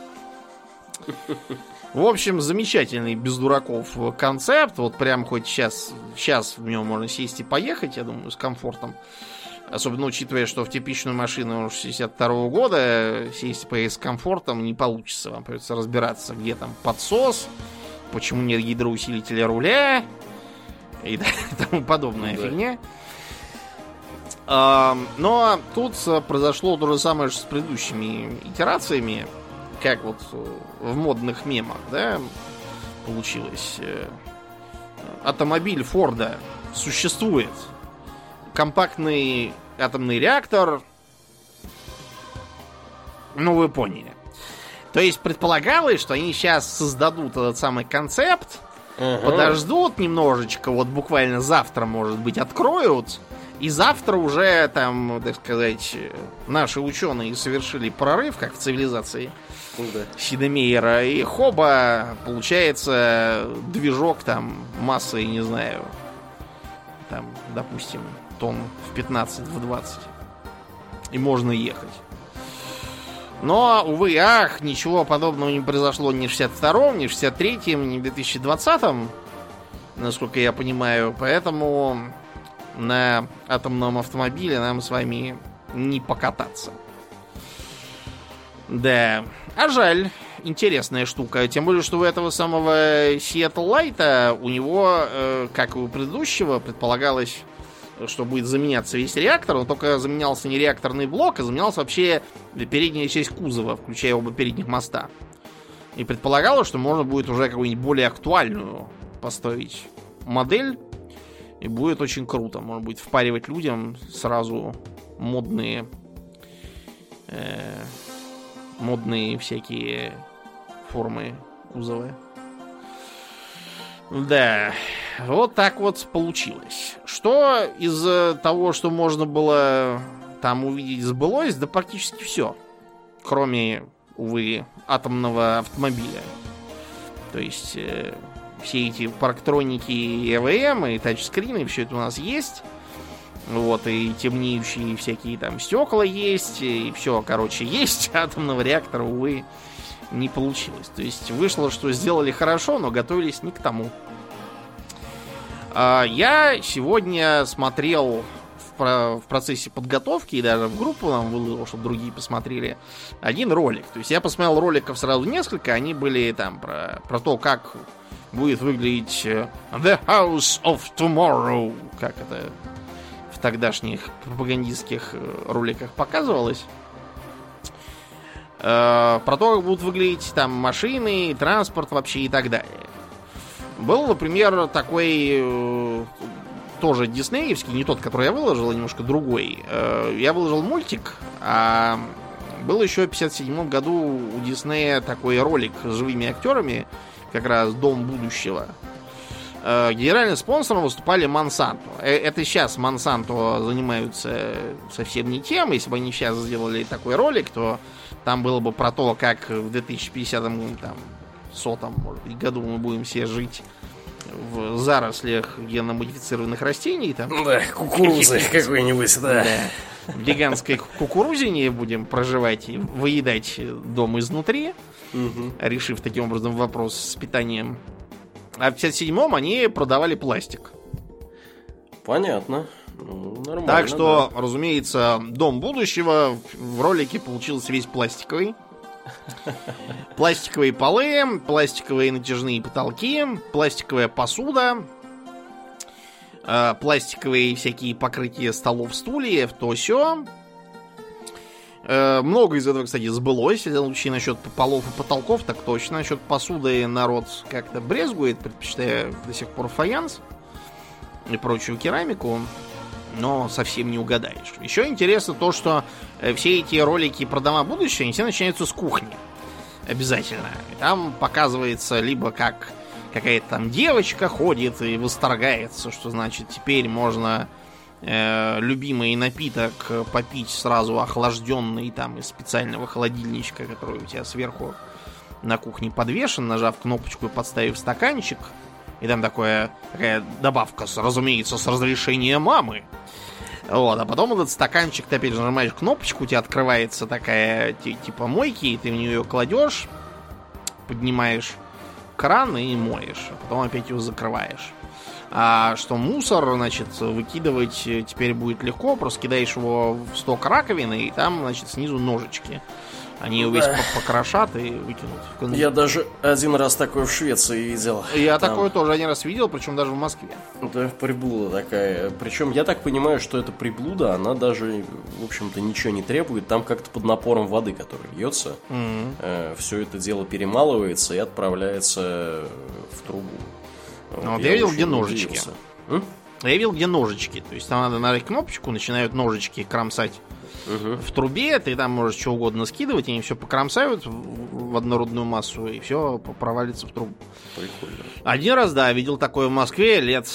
В общем, замечательный, без дураков, концепт. Вот прям хоть сейчас, сейчас в нем можно сесть и поехать, я думаю, с комфортом. Особенно учитывая, что в типичную машину шестьдесят второго года сесть и поехать с комфортом не получится. Вам придется разбираться, где там подсос, почему нет гидроусилителя руля и тому подобная да. фигня. А, но тут произошло то же самое с предыдущими итерациями. Как вот в модных мемах, да, получилось. Автомобиль Форда существует. Компактный атомный реактор. Ну, вы поняли. То есть предполагалось, что они сейчас создадут этот самый концепт, uh-huh. подождут немножечко, вот буквально завтра, может быть, откроют, И завтра уже, там, так сказать, наши ученые совершили прорыв, как в цивилизации да. Сидомейера. И хоба, получается, движок там массой, не знаю, там, допустим, тонн в пятнадцать, в двадцать. И можно ехать. Но, увы, ах, ничего подобного не произошло ни в шестьдесят втором, ни в шестьдесят третьем, ни в две тысячи двадцатом, насколько я понимаю. Поэтому на атомном автомобиле нам с вами не покататься. Да, а жаль. Интересная штука. Тем более, что у этого самого Seattle Light у него, э, как и у предыдущего, предполагалось, что будет заменяться весь реактор, но только заменялся не реакторный блок, а заменялся вообще передняя часть кузова, включая оба передних моста. И предполагалось, что можно будет уже какую-нибудь более актуальную построить модель, и будет очень круто. Можно будет впаривать людям сразу модные э, модные всякие формы кузова. Да, вот так вот получилось. Что из того, что можно было там увидеть, сбылось? Да практически все. Кроме, увы, атомного автомобиля. То есть э, все эти парктроники и и ви эм, и тачскрины, все это у нас есть. Вот, и темнеющие всякие там стекла есть, и все, короче, есть. Атомного реактора, увы, не получилось. То есть вышло, что сделали хорошо, но готовились не к тому. Я сегодня смотрел в, про- в процессе подготовки, и даже в группу нам выложил, чтобы другие посмотрели, один ролик. То есть я посмотрел роликов сразу несколько, они были там про, про то, как будет выглядеть The House of Tomorrow, как это в тогдашних пропагандистских роликах показывалось. Про то, как будут выглядеть там машины, транспорт вообще и так далее. Был, например, такой э, тоже диснеевский, не тот, который я выложил, а немножко другой. Э, я выложил мультик, а был еще в пятьдесят седьмом году у Диснея такой ролик с живыми актерами, как раз «Дом будущего». Э, генеральным спонсором выступали Monsanto. Э, это сейчас Monsanto занимаются совсем не тем. Если бы они сейчас сделали такой ролик, то там было бы про то, как в две тысячи пятидесятом там, сотом, может быть, году мы будем все жить в зарослях генно-модифицированных растений. Там. Да, кукурузы какой-нибудь, да. да. В гигантской кукурузине будем проживать и выедать дом изнутри, угу. решив таким образом вопрос с питанием. А в пятьдесят седьмом они продавали пластик. Понятно. Ну, нормально, так что, да. разумеется, дом будущего в ролике получился весь пластиковый. Пластиковые полы, пластиковые натяжные потолки, пластиковая посуда, э, пластиковые всякие покрытия столов, стульев, то сё. Э, много из этого, кстати, сбылось. В случае насчет полов и потолков, так точно. Насчет посуды народ как-то брезгует, предпочитая до сих пор фаянс и прочую керамику. Но совсем не угадаешь. Еще интересно то, что все эти ролики про дома будущего, они все начинаются с кухни. Обязательно. И там показывается либо как какая-то там девочка ходит и восторгается, что значит теперь можно э, любимый напиток попить сразу охлажденный там из специального холодильничка, который у тебя сверху на кухне подвешен, нажав кнопочку и подставив стаканчик. И там такое, такая добавка, разумеется, с разрешения мамы. Вот, а потом этот стаканчик, ты опять же нажимаешь кнопочку, у тебя открывается такая типа мойки, и ты в нее кладешь, поднимаешь кран и моешь, а потом опять его закрываешь. А что мусор, значит, выкидывать теперь будет легко, просто кидаешь его в сток раковины, и там, значит, снизу ножички. Они его весь покрошат и выкинут в канал. Я даже один раз такое в Швеции видел. Я там... такое тоже один раз видел, причем даже в Москве. Это приблуда такая. Причем я так понимаю, что эта приблуда, она даже, в общем-то, ничего не требует. Там как-то под напором воды, которая льется, mm-hmm. э, все это дело перемалывается и отправляется в трубу. Вот, вот я, я видел, где ножички. М? Я видел, где ножички. То есть там надо нажать кнопочку, начинают ножички кромсать. Угу. В трубе ты там можешь что угодно скидывать, они все покромсают в однородную массу, и все провалится в трубу. Прикольно. Один раз, да, видел такое в Москве лет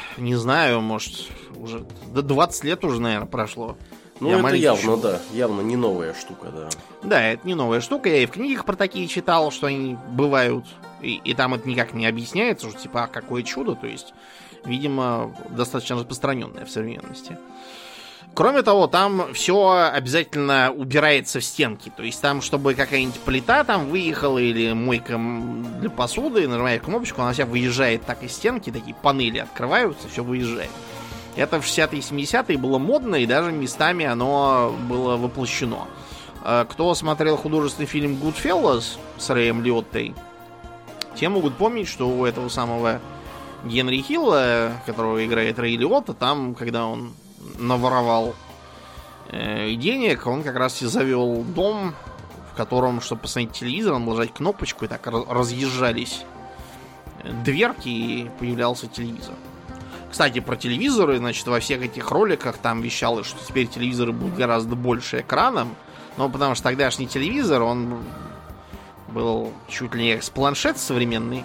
не знаю, может, уже да двадцать лет уже, наверное, прошло. Ну, я это явно, еще. да, явно не новая штука, да. Да, это не новая штука. Я и в книгах про такие читал, что они бывают. И, и там это никак не объясняется, что типа, а какое чудо. То есть, видимо, достаточно распространенное в современности. Кроме того, там все обязательно убирается в стенки. То есть там, чтобы какая-нибудь плита там выехала или мойка для посуды, нажимаешь кнопочку, она вся выезжает так из стенки, такие панели открываются, все выезжает. Это в шестидесятые и семидесятые было модно, и даже местами оно было воплощено. Кто смотрел художественный фильм Goodfellas с Рэем Лиоттой, те могут помнить, что у этого самого Генри Хилла, которого играет Рэй Лиотта, там, когда он наворовал э, денег, он как раз и завел дом, в котором, чтобы посмотреть телевизор, он нажать кнопочку, и так разъезжались дверки, и появлялся телевизор. Кстати, про телевизоры, значит, во всех этих роликах там вещалось, что теперь телевизоры будут гораздо больше экраном, но потому что тогдашний телевизор, он был чуть ли не с планшет современный.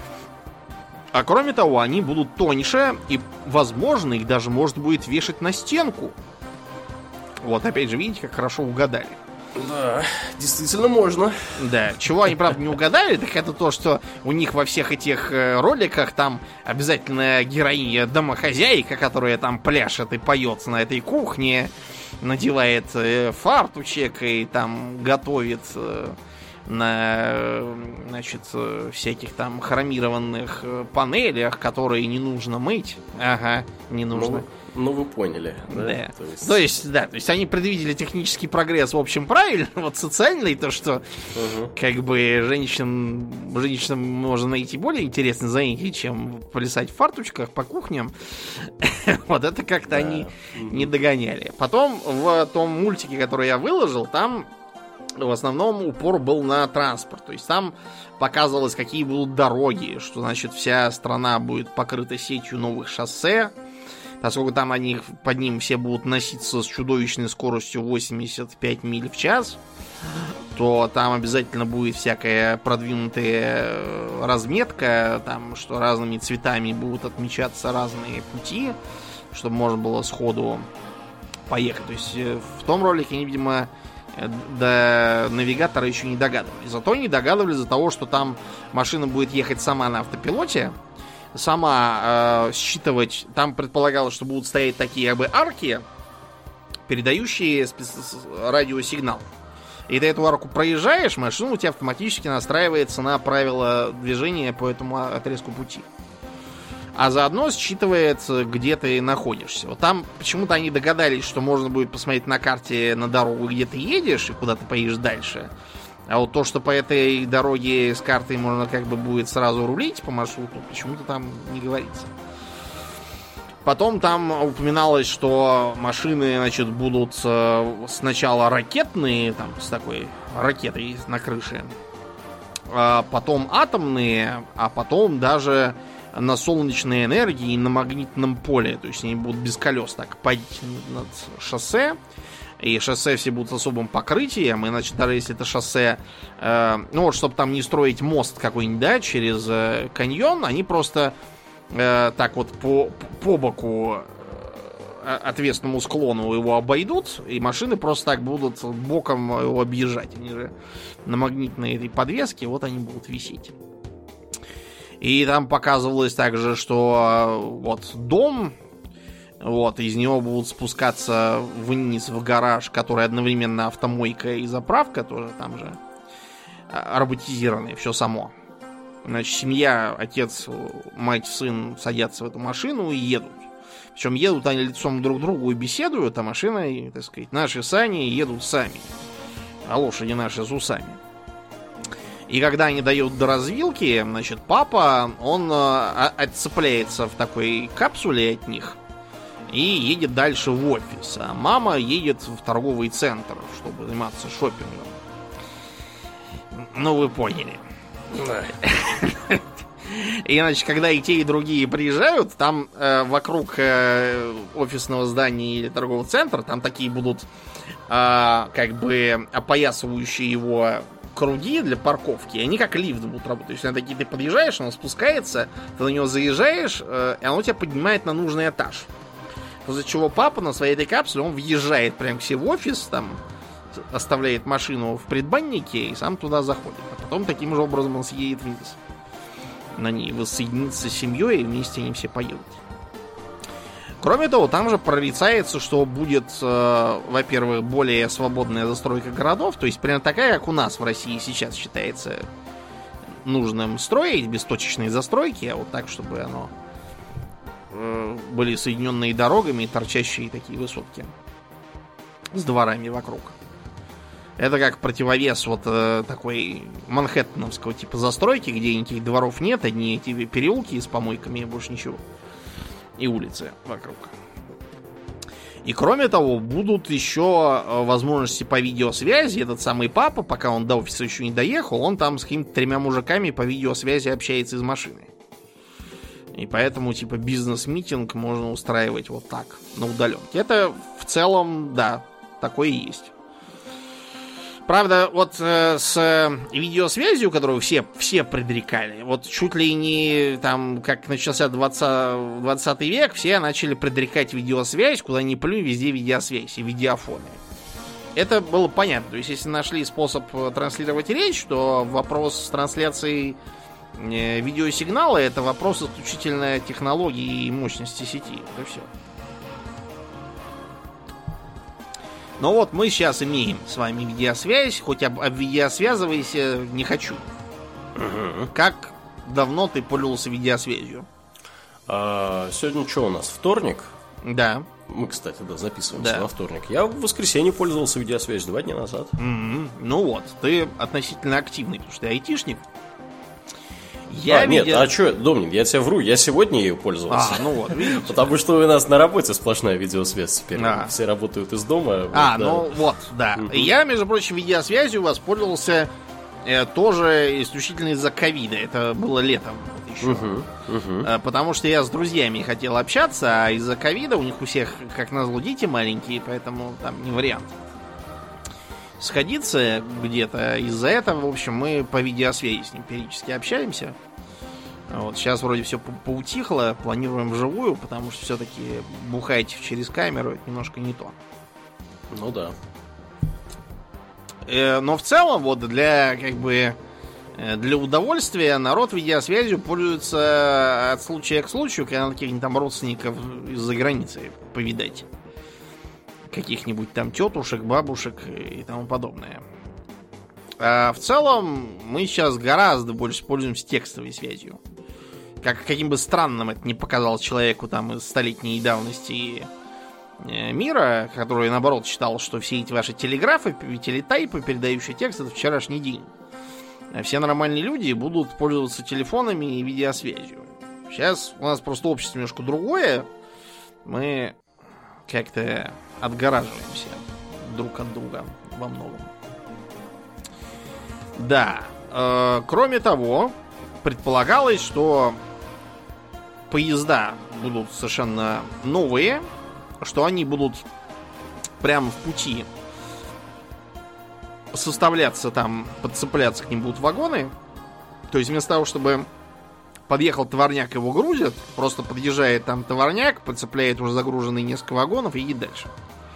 А кроме того, они будут тоньше, и, возможно, их даже можно будет вешать на стенку. Вот, опять же, видите, как хорошо угадали. Да, действительно можно. Да, чего они, правда, не угадали, так это то, что у них во всех этих роликах там обязательно героиня домохозяйка, которая там пляшет и поет на этой кухне, надевает фартучек и там готовит на, значит, всяких там хромированных панелях, которые не нужно мыть. Ага, не нужно. Ну, ну вы поняли, да? Да. То есть... то есть, да, то есть они предвидели технический прогресс, в общем, правильно, вот социальный, то, что угу. как бы женщин, женщинам можно найти более интересные занятия, чем плясать в фарточках по кухням. Вот это как-то да. они не догоняли. Потом в том мультике, который я выложил, там в основном упор был на транспорт. То есть там показывалось, какие будут дороги, что, значит, вся страна будет покрыта сетью новых шоссе, поскольку там они под ним все будут носиться с чудовищной скоростью восемьдесят пять миль в час, то там обязательно будет всякая продвинутая разметка, там, что разными цветами будут отмечаться разные пути, чтобы можно было сходу поехать. То есть в том ролике они, видимо, до навигатора еще не догадывались. Зато не догадывались из-за того, что там машина будет ехать сама на автопилоте, сама э, считывать. Там предполагалось, что будут стоять такие как бы арки, передающие спец... радиосигнал. И ты эту арку проезжаешь, машина у тебя автоматически настраивается на правила движения по этому отрезку пути. А заодно считывает, где ты находишься. Вот там почему-то они догадались, что можно будет посмотреть на карте на дорогу, где ты едешь и куда ты поедешь дальше. А вот то, что по этой дороге с картой можно как бы будет сразу рулить по маршруту, почему-то там не говорится. Потом там упоминалось, что машины, значит, будут сначала ракетные, там, с такой ракетой на крыше, а потом атомные, а потом даже на солнечной энергии и на магнитном поле. То есть они будут без колес так падать над шоссе. И шоссе все будут с особым покрытием. И, значит, даже если это шоссе, э, ну вот, чтобы там не строить мост какой-нибудь, да, через э, каньон, они просто э, так вот по, по боку э, отвесному склону его обойдут, и машины просто так будут боком его объезжать. Они же на магнитной этой подвеске, вот они будут висеть. И там показывалось также, что вот дом, вот, из него будут спускаться вниз в гараж, который одновременно автомойка и заправка, тоже там же роботизированные, все само. Значит, семья, отец, мать, сын садятся в эту машину и едут. Причем едут они лицом друг к другу и беседуют, а машина, так сказать, наши сани едут сами. А лошади наши с усами. И когда они дают до развилки, значит, папа, он э, отцепляется в такой капсуле от них и едет дальше в офис. А мама едет в торговый центр, чтобы заниматься шопингом. Ну, вы поняли. И, значит, когда и те, и другие приезжают, там э, вокруг э, офисного здания или торгового центра, там такие будут э, как бы опоясывающие его круги для парковки, и они как лифт будут работать. То есть, на такие ты подъезжаешь, он спускается, ты на него заезжаешь, и оно тебя поднимает на нужный этаж. После чего папа на своей этой капсуле, он въезжает прям к себе в офис, там, оставляет машину в предбаннике и сам туда заходит. А потом таким же образом он съедет вниз. На ней воссоединится с семьей, и вместе они все поедут. Кроме того, там же прорицается, что будет, э, во-первых, более свободная застройка городов, то есть примерно такая, как у нас в России сейчас считается нужным строить, без точечной застройки, а вот так, чтобы оно э, были соединенные дорогами и торчащие такие высотки с дворами вокруг. Это как противовес вот э, такой манхэттеновского типа застройки, где никаких дворов нет, одни эти переулки с помойками и больше ничего. И улицы вокруг. И кроме того, будут еще возможности по видеосвязи. Этот самый папа, пока он до офиса еще не доехал, он там с какими-то тремя мужиками по видеосвязи общается из машины. И поэтому, типа, бизнес-митинг можно устраивать вот так, на удаленке. Это в целом, да, такое и есть. Правда, вот э, с э, видеосвязью, которую все, все предрекали, вот чуть ли не там, как начался двадцатый век, все начали предрекать видеосвязь, куда ни плюнь, везде видеосвязь и видеофоны. Это было понятно. То есть, если нашли способ транслировать речь, то вопрос с трансляцией э, видеосигнала — это вопрос исключительно технологии и мощности сети. Это все. Но вот мы сейчас имеем с вами видеосвязь, хоть об, об видеосвязывайся не хочу. Угу. Как давно ты пользовался видеосвязью? А, сегодня что у нас? Вторник? Да. Мы, кстати, да, записываемся да. на вторник. Я в воскресенье пользовался видеосвязью два дня назад. Угу. Ну вот, ты относительно активный, потому что ты айтишник. Я а, видел... Нет, а что, Домнин, я тебе вру, я сегодня ею пользовался. А, ну вот, видите. Потому что у нас на работе сплошная видеосвязь теперь. А. Все работают из дома. А, вот, да. ну вот, да. Угу. Я, между прочим, видеосвязью воспользовался э, тоже исключительно из-за ковида. Это было летом еще. Угу, угу. Потому что я с друзьями хотел общаться, а из-за ковида у них у всех, как назло, дети маленькие, поэтому там не вариант сходиться где-то. Из-за этого, в общем, мы по видеосвязи с ним периодически общаемся. Вот, сейчас вроде все поутихло, планируем вживую, потому что все-таки бухать через камеру — это немножко не то. Ну да. Э, но в целом, вот для как бы для удовольствия народ видеосвязью пользуется от случая к случаю, когда надо каких-нибудь там родственников из-за границы повидать. Каких-нибудь там тетушек, бабушек и тому подобное. А в целом мы сейчас гораздо больше пользуемся текстовой связью. Как, каким бы странным это ни показалось человеку там из столетней давности мира, который, наоборот, считал, что все эти ваши телеграфы, телетайпы, передающие текст, это вчерашний день. А все нормальные люди будут пользоваться телефонами и видеосвязью. Сейчас у нас просто общество немножко другое. Мы как-то отгораживаемся друг от друга во многом. Да. Э, кроме того, предполагалось, что поезда будут совершенно новые, что они будут прямо в пути составляться там, подцепляться к ним будут вагоны. То есть вместо того, чтобы подъехал товарняк, его грузят, просто подъезжает там товарняк, подцепляет уже загруженные несколько вагонов и едет дальше.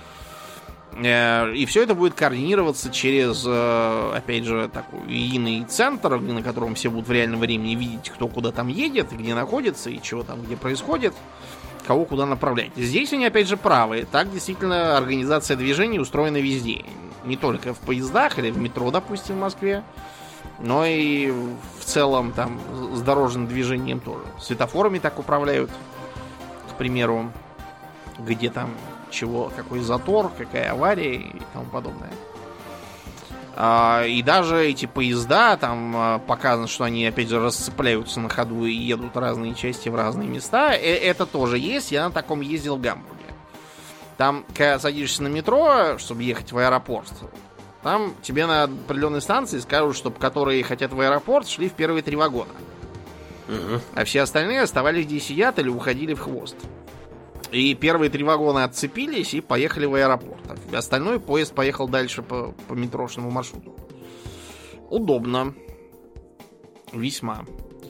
И все это будет координироваться через, опять же, такой единый центр, на котором все будут в реальном времени видеть, кто куда там едет, где находится, и чего там где происходит, кого куда направлять. Здесь они, опять же, правы. Так действительно организация движений устроена везде. Не только в поездах или в метро, допустим, в Москве, но и в целом там с дорожным движением тоже. Светофорами так управляют, к примеру, где там чего, какой затор, какая авария и тому подобное. А, и даже эти поезда, там показано, что они, опять же, расцепляются на ходу и едут разные части в разные места. Э- это тоже есть. Я на таком ездил в Гамбурге. Там, когда садишься на метро, чтобы ехать в аэропорт, там тебе на определенной станции скажут, чтобы которые хотят в аэропорт, шли в первые три вагона. Угу. А все остальные оставались где сидят или уходили в хвост. И первые три вагона отцепились и поехали в аэропорт. А остальной поезд поехал дальше по, по метрошному маршруту. удобно. Весьма.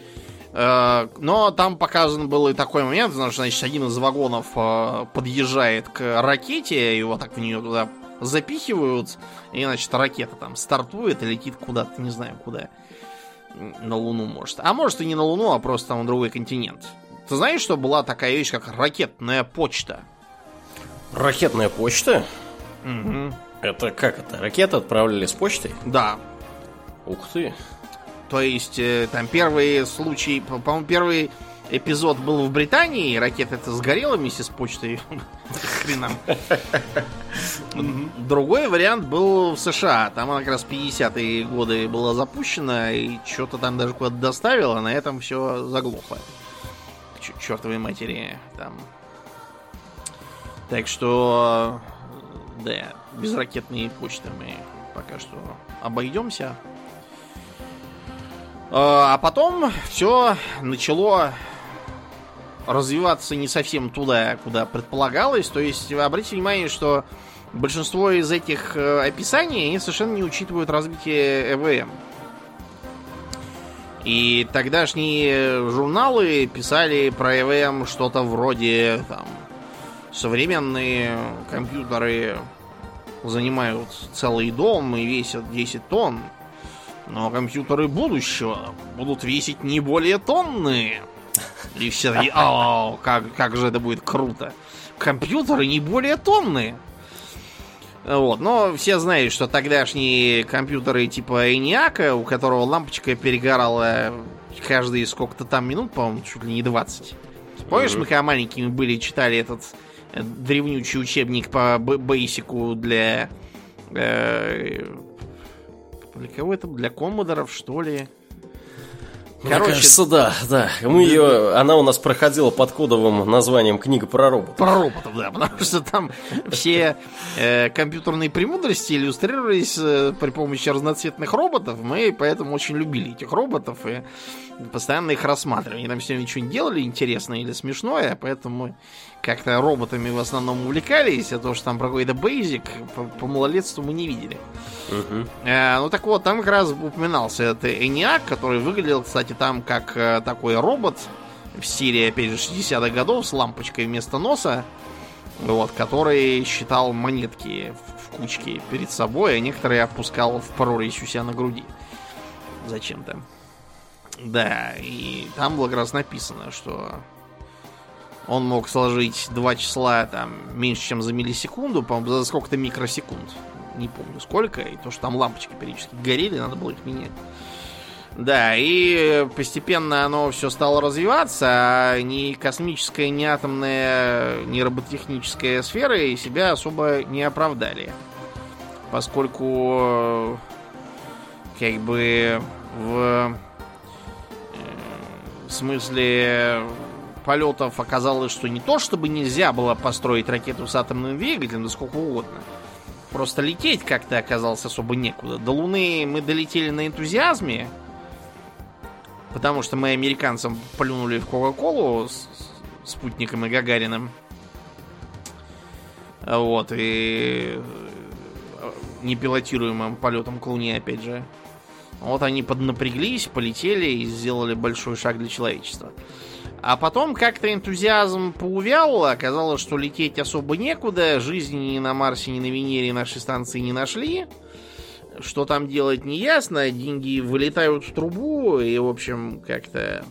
Но там показан был и такой момент, значит, один из вагонов подъезжает к ракете, его так в нее туда запихивают, и, значит, ракета там стартует и летит куда-то, не знаю куда. На Луну, может. А может и не на Луну, а просто там на другой континент. Ты знаешь, что была такая вещь, как ракетная почта? Ракетная почта? Угу. Это как это? Ракеты отправляли с почтой? Да. Ух ты. То есть, там первый случай, по-моему, первый эпизод был в Британии, ракета это сгорела вместе с почтой. Хренам. Другой вариант был в США. Там она как раз в пятидесятые годы была запущена, и что-то там даже куда-то доставила, а на этом все заглохло. К чертовой матери. Там. Так что, да, без ракетной почты мы пока что обойдемся. А потом все начало развиваться не совсем туда, куда предполагалось. То есть, обратите внимание, что большинство из этих описаний они совершенно не учитывают развитие ЭВМ. И тогдашние журналы писали про ЭВМ что-то вроде там, современные компьютеры занимают целый дом и весят десять тонн. Но компьютеры будущего будут весить не более тонны. И все такие, о, как, как же это будет круто. Компьютеры не более тонны. Вот, но все знают, что тогдашние компьютеры типа ENIAC, у которого лампочка перегорала каждые сколько-то там минут, по-моему, чуть ли не двадцать. Помнишь, mm-hmm. мы когда маленькими были, читали этот древнючий учебник по бейсику для... Э, Для кого это? Для коммодоров, что ли? Мне Короче, кажется, да, да. Мы ее, она у нас проходила под кодовым названием «Книга про роботов». Про роботов, да, потому что там все э, компьютерные премудрости иллюстрировались э, при помощи разноцветных роботов. Мы поэтому очень любили этих роботов и постоянно их рассматривали. Они там все ничего не делали интересное или смешное, поэтому как-то роботами в основном увлекались, а то, что там про какой-то бейзик по, по малолетству мы не видели. Uh-huh. Э, ну так вот, там как раз упоминался это ENIAC, который выглядел, кстати, там как э, такой робот в стиле, опять же, шестидесятых годов с лампочкой вместо носа, вот, который считал монетки в, в кучке перед собой, а некоторые опускал в прорезь у себя на груди. Зачем-то. Да, и там было как раз написано, что он мог сложить два числа там меньше, чем за миллисекунду, по-моему, за сколько-то микросекунд. Не помню сколько. И то, что там лампочки периодически горели, надо было их менять. Да, и постепенно оно все стало развиваться, а ни космическая, ни атомная, ни робототехническая сферы себя особо не оправдали. Поскольку как бы в, в смысле полетов оказалось, что не то, чтобы нельзя было построить ракету с атомным двигателем, да сколько угодно. Просто лететь как-то оказалось особо некуда. До Луны мы долетели на энтузиазме, потому что мы американцам плюнули в Кока-Колу с Спутником и Гагариным. Вот, и непилотируемым полетом к Луне, опять же. Вот они поднапряглись, полетели и сделали большой шаг для человечества. А потом как-то энтузиазм поувял, оказалось, что лететь особо некуда, жизни ни на Марсе, ни на Венере нашей станции не нашли. Что там делать не ясно, деньги вылетают в трубу, и, в общем, как-то...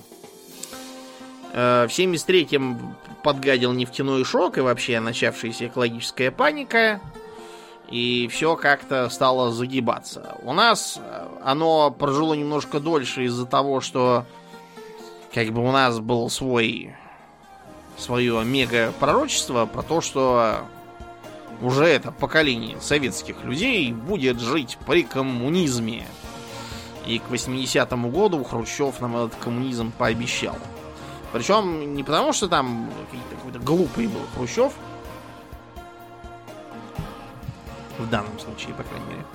В семьдесят третьем подгадил нефтяной шок и вообще начавшаяся экологическая паника, и все как-то стало загибаться. У нас оно прожило немножко дольше из-за того, что как бы у нас был свой свое мега-пророчество про то, что уже это поколение советских людей будет жить при коммунизме. И к восьмидесятому году Хрущев нам этот коммунизм пообещал. Причем не потому, что там какой-то глупый был Хрущев. В данном случае, по крайней мере.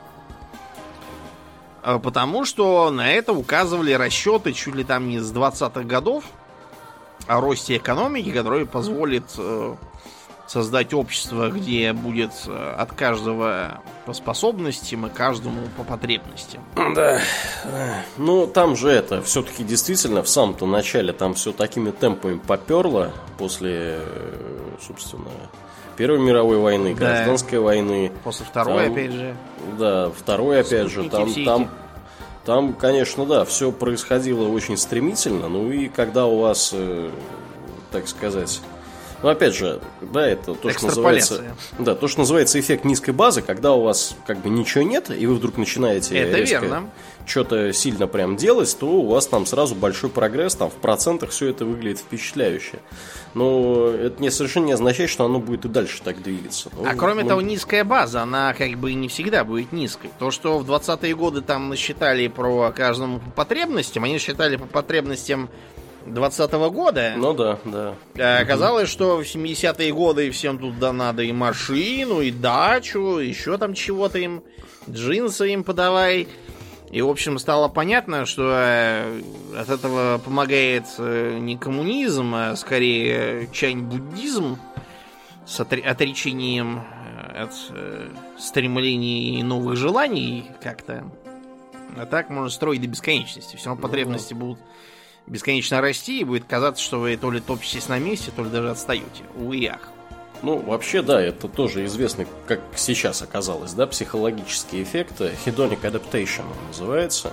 А потому что на это указывали расчеты чуть ли там не с двадцатых годов о росте экономики, который позволит э, создать общество, где будет от каждого по способностям и каждому по потребностям. Да. Ну, там же это, все-таки действительно в самом-то начале там все такими темпами поперло после, собственно, Первой мировой войны, да. Гражданской войны. После второй, там, опять же. Да, второй, опять же. Там, там, там, конечно, да, все происходило очень стремительно. Ну и когда у вас, э, так сказать... Ну, опять же, да, это то, что называется, да, то, что называется эффект низкой базы, когда у вас как бы ничего нет, и вы вдруг начинаете это резко верно. что-то сильно прям делать, то у вас там сразу большой прогресс, там в процентах все это выглядит впечатляюще. Но это не совершенно не означает, что оно будет и дальше так двигаться. Ну, а кроме ну... того, низкая база, она как бы не всегда будет низкой. То, что в двадцатые годы там насчитали про каждому по потребностям, они считали по потребностям двадцатого года. Ну да, да. А оказалось, что в семидесятые годы всем тут да надо и машину, и дачу, еще там чего-то им, джинсы им подавай. И, в общем, стало понятно, что от этого помогает не коммунизм, а скорее чань-буддизм с отречением от стремлений и новых желаний как-то. А так можно строить до бесконечности. Все равно потребности будут бесконечно расти, и будет казаться, что вы то ли топчетесь на месте, то ли даже отстаете. Увы, ах. Ну, вообще, да, это тоже известный, как сейчас оказалось, да, психологический эффект. Hedonic adaptation называется.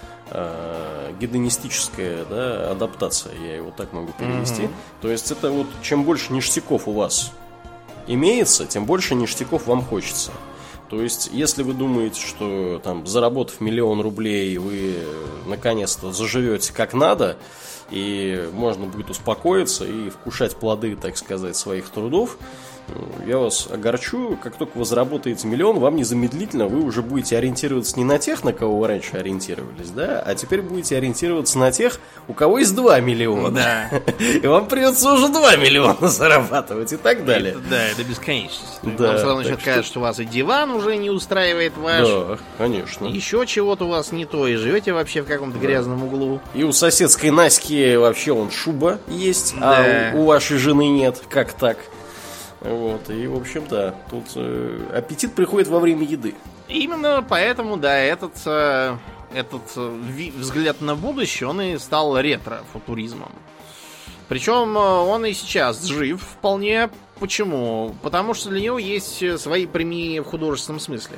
Э, гедонистическая, да, адаптация, я его так могу перевести. Mm-hmm. То есть это вот чем больше ништяков у вас имеется, тем больше ништяков вам хочется. То есть, если вы думаете, что там, заработав миллион рублей, вы наконец-то заживете как надо, и можно будет успокоиться и вкушать плоды, так сказать, своих трудов, я вас огорчу, как только вы заработаете миллион, вам незамедлительно вы уже будете ориентироваться не на тех, на кого вы раньше ориентировались, да, а теперь будете ориентироваться на тех, у кого есть два миллиона. Да. И вам придется уже два миллиона зарабатывать и так далее. Это, да, это бесконечность. Да, вам сразу начнет что... казаться, что у вас и диван уже не устраивает ваш. Да, конечно. Еще чего-то у вас не то, и живете вообще в каком-то да. грязном углу. И у соседской Наськи вообще он шуба есть, да. а у, у вашей жены нет. Как так? Вот, и, в общем, да, тут э, аппетит приходит во время еды. Именно поэтому, да, этот, э, этот э, взгляд на будущее, он и стал ретро-футуризмом. Причем он и сейчас жив вполне. Почему? Потому что для него есть свои применения в художественном смысле.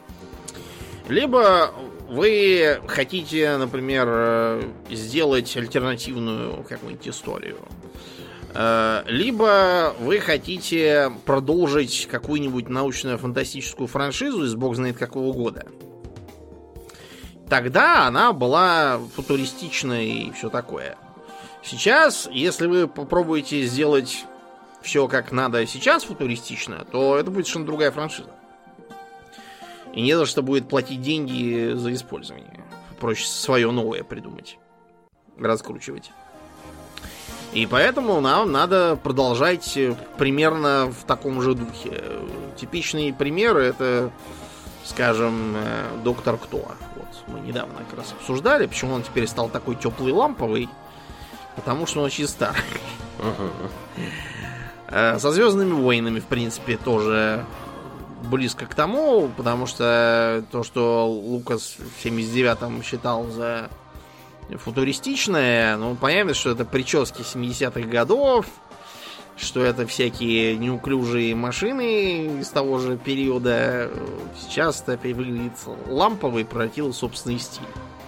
Либо вы хотите, например, сделать альтернативную какую-нибудь историю. Либо вы хотите продолжить какую-нибудь научно-фантастическую франшизу из бог знает какого года. Тогда она была футуристичной и все такое. Сейчас, если вы попробуете сделать все как надо сейчас футуристично, то это будет совершенно другая франшиза. И не за что будет платить деньги за использование. Проще свое новое придумать. Раскручивать. И поэтому нам надо продолжать примерно в таком же духе. Типичный пример — это, скажем, Доктор Кто. Вот мы недавно как раз обсуждали, почему он теперь стал такой теплый ламповый. Потому что он очень старый. Uh-huh. Со Звездными войнами, в принципе, тоже близко к тому, потому что то, что Лукас в семьдесят девятом считал за футуристичное, ну, понятно, что это прически семидесятых годов, что это всякие неуклюжие машины из того же периода. Сейчас это выглядит лампово и превратил в собственный стиль.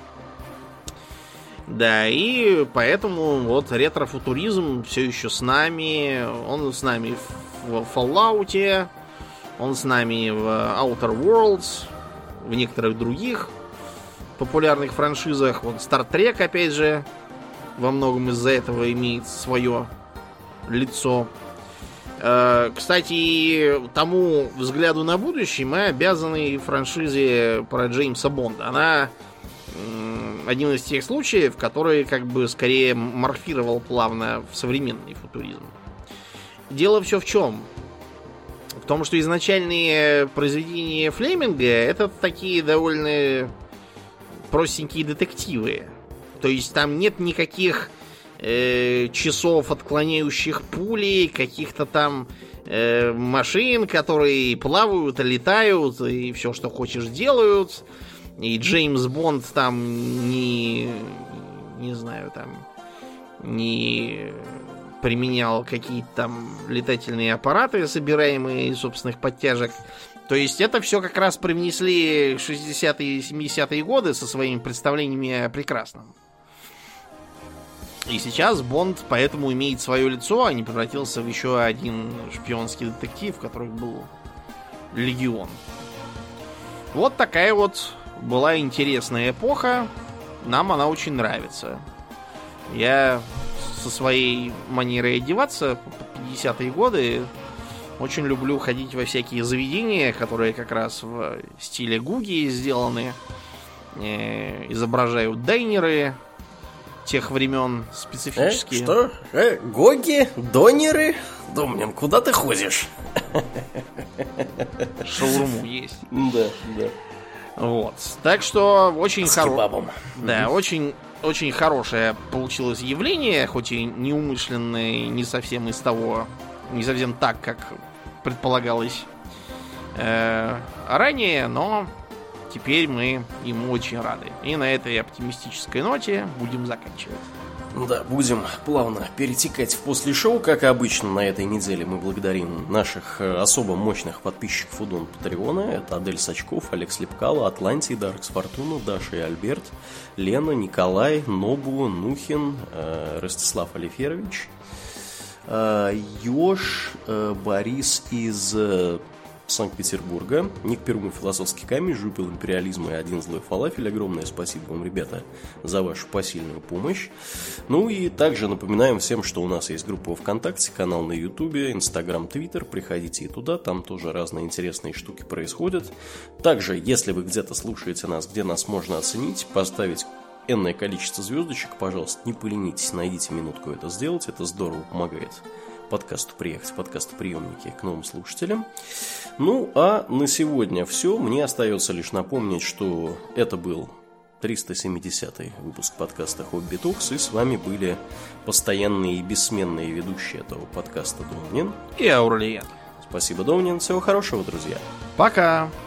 Да, и поэтому вот ретро-футуризм все еще с нами. Он с нами в Fallout, он с нами в Outer Worlds, в некоторых других популярных франшизах. Вот Star Trek, опять же, во многом из-за этого имеет свое лицо. Кстати, тому взгляду на будущее мы обязаны франшизе про Джеймса Бонда. Она один из тех случаев, который как бы скорее морфировал плавно в современный футуризм. Дело все в чем? В том, что изначальные произведения Флеминга — это такие довольно простенькие детективы. То есть там нет никаких э, часов, отклоняющих пули, каких-то там э, машин, которые плавают, летают, и все, что хочешь, делают. И Джеймс Бонд там не... Не знаю, там... Не применял какие-то там летательные аппараты, собираемые из собственных подтяжек. То есть это все как раз привнесли шестидесятые и семидесятые годы со своими представлениями о прекрасном. И сейчас Бонд поэтому имеет свое лицо, а не превратился в еще один шпионский детектив, в которых был легион. Вот такая вот была интересная эпоха. Нам она очень нравится. Я со своей манерой одеваться по пятидесятые годы очень люблю ходить во всякие заведения, которые как раз в стиле Гуги сделаны. Э, изображают дайнеры тех времен специфические. Э, что? Э, Гоги? Донеры? Домнин, куда ты ходишь? Шаурму есть. Да, да. Вот. Так что очень хорошее. Да, очень, очень хорошее получилось явление, хоть и неумышленное, не совсем из того, не совсем так, как предполагалось э, ранее, но теперь мы ему очень рады. И на этой оптимистической ноте будем заканчивать. Да, будем плавно перетекать в после шоу, как и обычно на этой неделе. Мы благодарим наших особо мощных подписчиков у Дон Патреона. Это Адель Сачков, Алекс Лепкало, Атлантий, Даркс Фортуна, Даша и Альберт, Лена, Николай, Нобу, Нухин, э, Ростислав Алиферович, э, Ёж, э, Борис из э, Санкт-Петербурга, Ник Перум, Философский камень, Жупил империализма и Один злой фалафель. Огромное спасибо вам, ребята, за вашу посильную помощь. Ну и также напоминаем всем, что у нас есть группа ВКонтакте, канал на Ютубе, Инстаграм, Твиттер. Приходите и туда, там тоже разные интересные штуки происходят. Также, если вы где-то слушаете нас, где нас можно оценить, поставить энное количество звездочек, пожалуйста, не поленитесь, найдите минутку это сделать, это здорово помогает подкасту приехать, подкастоприемники к новым слушателям. Ну, а на сегодня все. Мне остается лишь напомнить, что это был триста семидесятый выпуск подкаста Хобби Токс, и с вами были постоянные и бессменные ведущие этого подкаста Домнин и Аурлиен. Спасибо, Домнин. Всего хорошего, друзья. Пока.